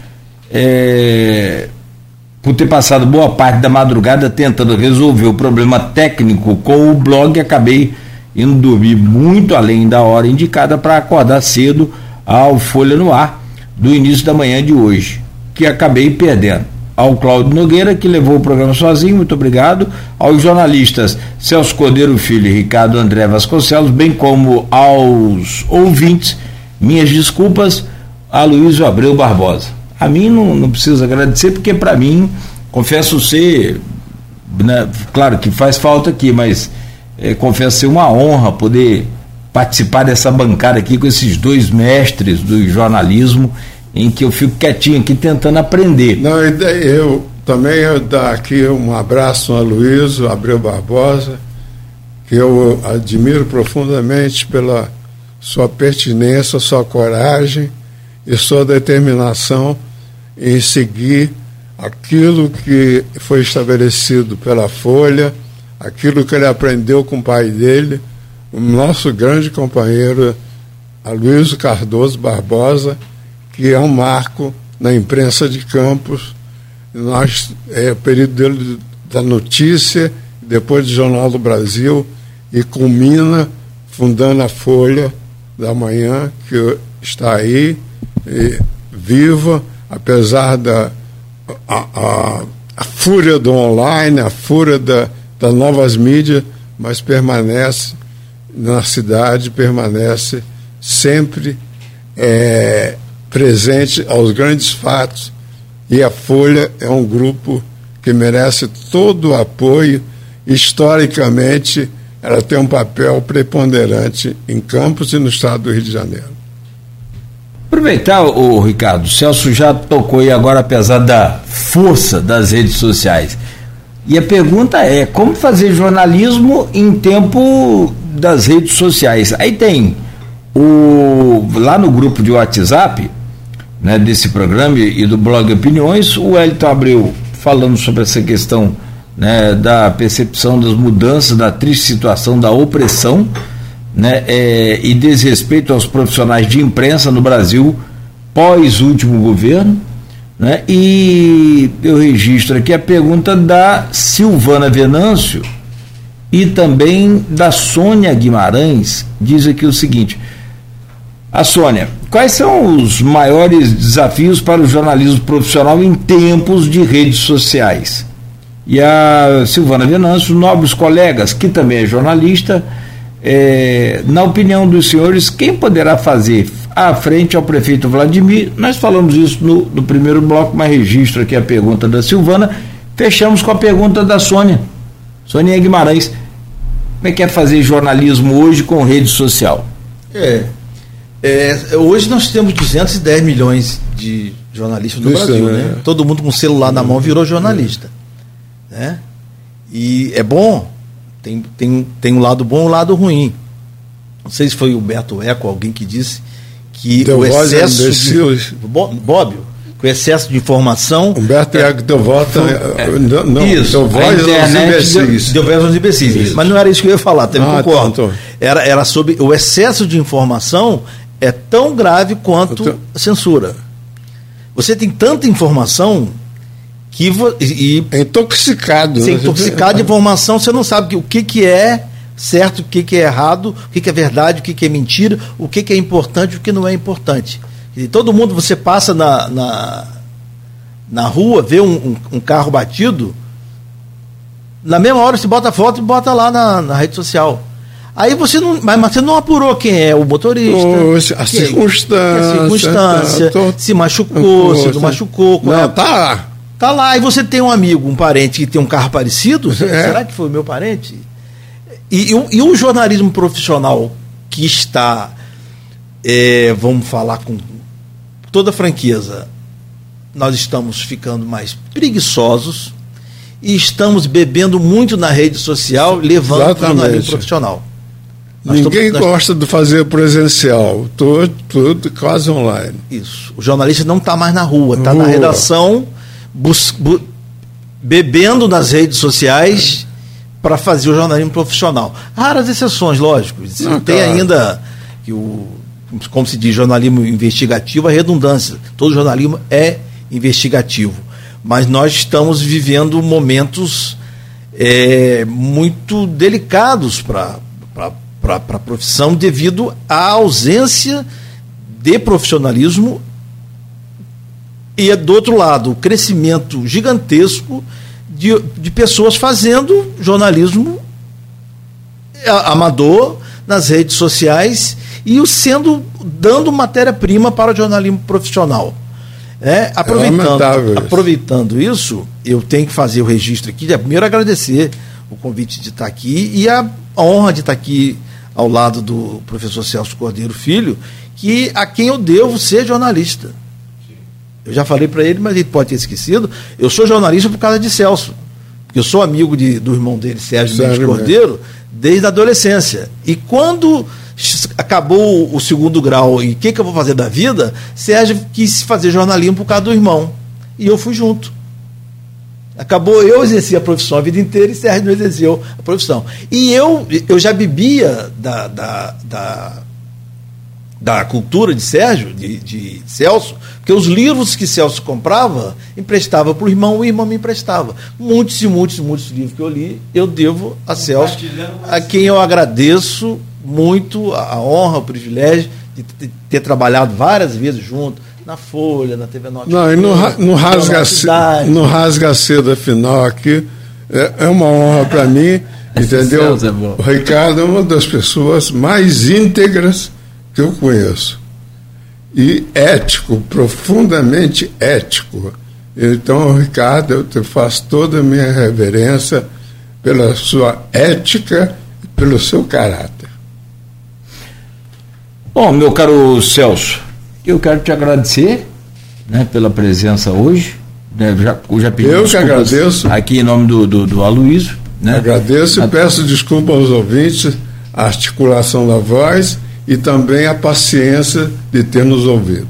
B: por ter passado boa parte da madrugada tentando resolver o problema técnico com o blog, acabei indo dormir muito além da hora indicada para acordar cedo ao Folha no Ar do início da manhã de hoje, que acabei perdendo. Ao Cláudio Nogueira, que levou o programa sozinho, muito obrigado. Aos jornalistas Celso Cordeiro Filho e Ricardo André Vasconcelos, bem como aos ouvintes, minhas desculpas, a Luísio Abreu Barbosa. A mim não preciso agradecer, porque para mim, confesso ser, né, claro que faz falta aqui, mas confesso ser uma honra poder participar dessa bancada aqui com esses dois mestres do jornalismo, em que eu fico quietinho aqui tentando aprender.
C: Não, eu também dar aqui um abraço a Luísio Abreu Barbosa, que eu admiro profundamente pela sua pertinência, sua coragem e sua determinação em seguir aquilo que foi estabelecido pela Folha, aquilo que ele aprendeu com o pai dele, o nosso grande companheiro Aloysio Cardoso Barbosa, que é um marco na imprensa de Campos. O período dele da notícia, depois do Jornal do Brasil, e culmina fundando a Folha da Manhã, que está aí, viva, apesar da a fúria do online, a fúria das novas mídias, mas permanece na cidade, permanece sempre presente aos grandes fatos, e a Folha é um grupo que merece todo o apoio. Historicamente, ela tem um papel preponderante em Campos e no estado do Rio de Janeiro.
B: Aproveitar, Ricardo, o Celso já tocou aí agora, apesar da força das redes sociais, e a pergunta é, como fazer jornalismo em tempo das redes sociais? Aí tem lá no grupo de WhatsApp, né, desse programa e do blog Opiniões, o Wellington Abreu falando sobre essa questão, né, da percepção das mudanças, da triste situação da opressão, né, e desrespeito aos profissionais de imprensa no Brasil pós último governo, né, e eu registro aqui a pergunta da Silvana Venâncio e também da Sônia Guimarães. Diz aqui o seguinte: a Sônia, quais são os maiores desafios para o jornalismo profissional em tempos de redes sociais? E a Silvana Venâncio, nobres colegas, que também é jornalista, na opinião dos senhores, quem poderá fazer à frente ao prefeito Vladimir? Nós falamos isso no primeiro bloco, mas registro aqui a pergunta da Silvana. Fechamos com a pergunta da Sônia Guimarães. Como é que é fazer jornalismo hoje com rede social?
D: Hoje nós temos 210 milhões de jornalistas no Brasil, né? Todo mundo com o celular na mão virou jornalista, né? E é bom, tem um lado bom e um lado ruim. Não sei se foi o Humberto Eco, alguém que disse que o excesso de Bobbio, com excesso de informação.
C: Humberto Eco deu voz
D: aos imbecis. Mas não era isso que eu ia falar, também concordo. Era sobre o excesso de informação é tão grave quanto a censura. Você tem tanta informação que
C: é intoxicado.
D: Você é intoxicado de informação, você não sabe o que é certo, o que é errado, o que é verdade, o que é mentira, o que é importante, o que não é importante. E todo mundo, você passa na rua, vê um carro batido, na mesma hora você bota a foto e bota lá na rede social. Aí você não, mas você não apurou quem é o motorista,
C: a circunstância,
D: se machucou, se não machucou.
C: Não, tá lá.
D: Tá lá, e você tem um amigo, um parente que tem um carro parecido, será que foi o meu parente? E o jornalismo profissional que está, vamos falar com toda franqueza, nós estamos ficando mais preguiçosos e estamos bebendo muito na rede social, levando para o jornalismo profissional.
C: Ninguém gosta de fazer presencial, tudo quase online.
D: Isso, o jornalista não está mais na rua, está na redação, bebendo nas redes sociais para fazer o jornalismo profissional. Raras exceções, lógico. Tem ainda, como se diz, jornalismo investigativo, a redundância. Todo jornalismo é investigativo. Mas nós estamos vivendo momentos muito delicados para a profissão devido à ausência de profissionalismo e, do outro lado, o crescimento gigantesco de pessoas fazendo jornalismo amador nas redes sociais e dando matéria-prima para o jornalismo profissional. Aproveitando isso, eu tenho que fazer o registro aqui. Primeiro, agradecer o convite de estar aqui e a honra de estar aqui ao lado do professor Celso Cordeiro Filho, a quem eu devo ser jornalista. Eu já falei para ele, mas ele pode ter esquecido. Eu sou jornalista por causa de Celso, porque eu sou amigo do irmão dele, Sérgio Mendes Cordeiro, desde a adolescência. E quando acabou o segundo grau e o que eu vou fazer da vida, Sérgio quis fazer jornalismo por causa do irmão. E eu fui junto. Acabou, eu exerci a profissão a vida inteira e Sérgio não exerceu a profissão. E eu já bebia da cultura de Sérgio, de Celso, porque os livros que Celso comprava, emprestava para o irmão me emprestava. Muitos e muitos livros que eu li, eu devo a Celso, a quem eu agradeço muito a honra, o privilégio de ter trabalhado várias vezes junto, na Folha, na TV Norte.
C: Não, e no rasga cedo final aqui, é uma honra para mim, entendeu? O Ricardo é uma das pessoas mais íntegras que eu conheço. E ético, profundamente ético. Então, Ricardo, eu te faço toda a minha reverência pela sua ética e pelo seu caráter.
B: Bom, meu caro Celso, eu quero te agradecer, né, pela presença hoje. Né, já pedi
C: eu que agradeço.
B: Aqui em nome do Aloysio. Né?
C: Agradeço e peço desculpa aos ouvintes, a articulação da voz e também a paciência de ter nos ouvido.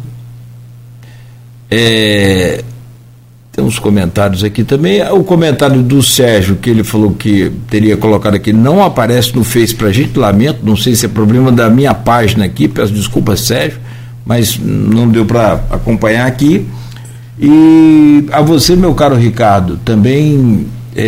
B: Tem uns comentários aqui também. O comentário do Sérgio, que ele falou que teria colocado aqui, não aparece no Face pra gente, lamento, não sei se é problema da minha página aqui, peço desculpas, Sérgio, mas não deu para acompanhar aqui. E a você, meu caro Ricardo, também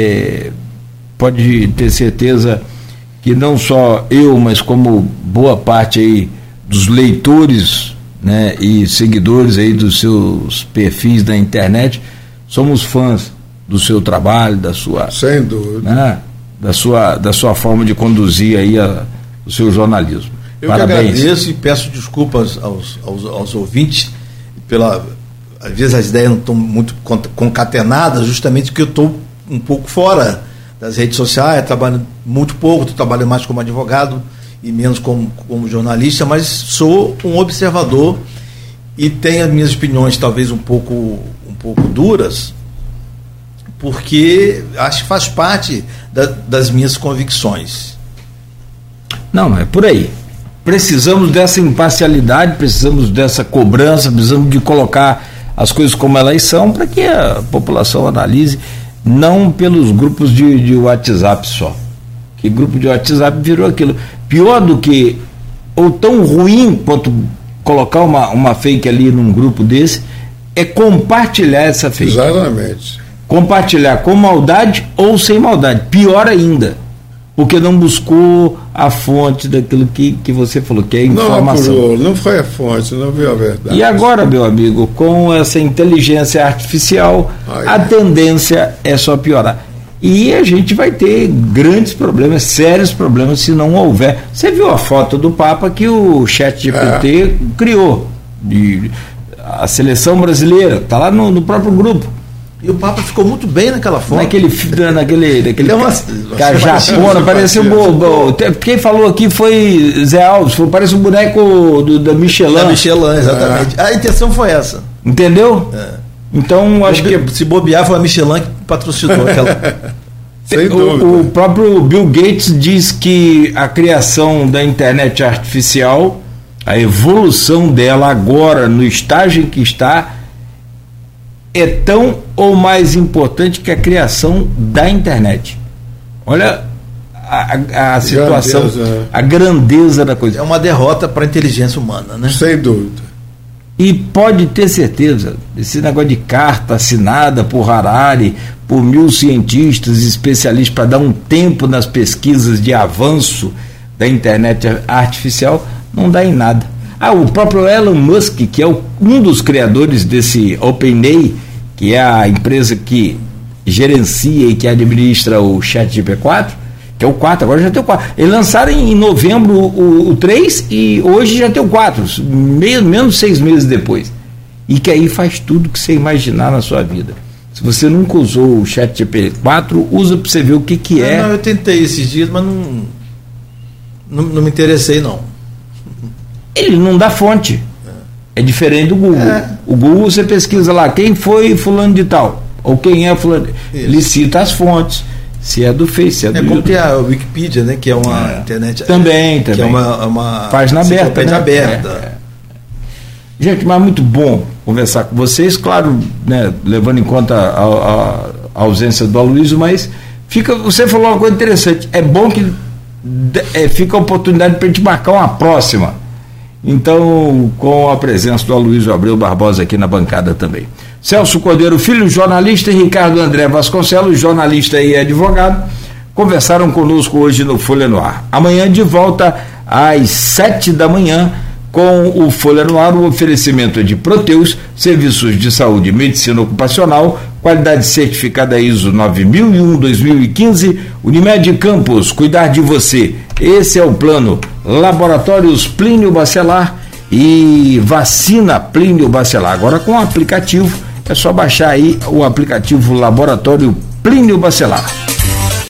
B: pode ter certeza que não só eu, mas como boa parte aí dos leitores, né, e seguidores aí dos seus perfis da internet, somos fãs do seu trabalho, da sua,
C: sem dúvida,
B: né, da sua forma de conduzir aí o seu jornalismo.
D: Eu
B: Parabéns.
D: Que agradeço e peço desculpas aos ouvintes às vezes as ideias não estão muito concatenadas, justamente porque eu estou um pouco fora das redes sociais, trabalho muito pouco, estou trabalhando mais como advogado e menos como jornalista, mas sou um observador e tenho as minhas opiniões talvez um pouco duras, porque acho que faz parte das minhas convicções.
B: Não, é por aí. Precisamos dessa imparcialidade, precisamos dessa cobrança, precisamos de colocar as coisas como elas são para que a população analise, não pelos grupos de WhatsApp só. Que grupo de WhatsApp virou aquilo. Pior do que, ou tão ruim quanto colocar uma fake ali num grupo desse, é compartilhar essa fake.
C: Exatamente.
B: Compartilhar com maldade ou sem maldade. Pior ainda, porque não buscou a fonte daquilo que você falou, que é a informação.
C: Não apurou, não foi a fonte, não viu a verdade.
B: E agora, meu amigo, com essa inteligência artificial, a tendência é só piorar. E a gente vai ter grandes problemas, sérios problemas, se não houver. Você viu a foto do Papa que o ChatGPT criou, a seleção brasileira, está lá no próprio grupo.
D: E o Papa ficou muito bem naquela foto.
B: Naquele cajapona, pareceu quem falou aqui foi Zé Alves, parece um boneco da Michelin. Da
D: Michelin, exatamente. A intenção foi essa.
B: Entendeu? Então, acho que
D: se bobear, foi a Michelin que patrocinou aquela.
C: Sem dúvida.
B: O próprio Bill Gates diz que a criação da internet artificial, a evolução dela agora, no estágio em que está, é tão ou mais importante que a criação da internet. Olha a situação, a grandeza da coisa.
D: É uma derrota para a inteligência humana, né?
C: Sem dúvida.
B: E pode ter certeza, esse negócio de carta assinada por Harari, por 1000 cientistas e especialistas para dar um tempo nas pesquisas de avanço da internet artificial, não dá em nada. O próprio Elon Musk, que é um dos criadores desse OpenAI, que é a empresa que gerencia e que administra o ChatGPT-4, que é o 4, agora já tem o 4. Eles lançaram em novembro o 3 e hoje já tem o 4, menos 6 meses depois. E que aí faz tudo que você imaginar na sua vida. Se você nunca usou o ChatGPT-4, usa para você ver o que é.
D: Não, eu tentei esses dias, mas não me interessei, não.
B: Ele não dá fonte. É diferente do Google. O Google você pesquisa lá quem foi fulano de tal, ou quem é fulano. Ele cita as fontes, se é do Face, se é do
D: YouTube. Como tem a Wikipedia, né, que é uma internet.
B: Também.
D: Que é uma
B: página aberta. Né?
D: aberta.
B: Gente, mas muito bom conversar com vocês, claro, né, levando em conta a ausência do Aloysio, mas você falou uma coisa interessante. É bom que fica a oportunidade para a gente marcar uma próxima. Então, com a presença do Aloysio Abreu Barbosa aqui na bancada também. Celso Cordeiro Filho, jornalista, e Ricardo André Vasconcelos, jornalista e advogado, conversaram conosco hoje no Folha no Ar. Amanhã de volta às 7 da manhã com o Folha no Ar, o oferecimento de Proteus, serviços de saúde e medicina ocupacional, qualidade certificada ISO 9001-2015, Unimed Campos, cuidar de você. Esse é o plano. Laboratórios Plínio Bacelar e vacina Plínio Bacelar. Agora com o aplicativo, é só baixar aí o aplicativo Laboratório Plínio Bacelar.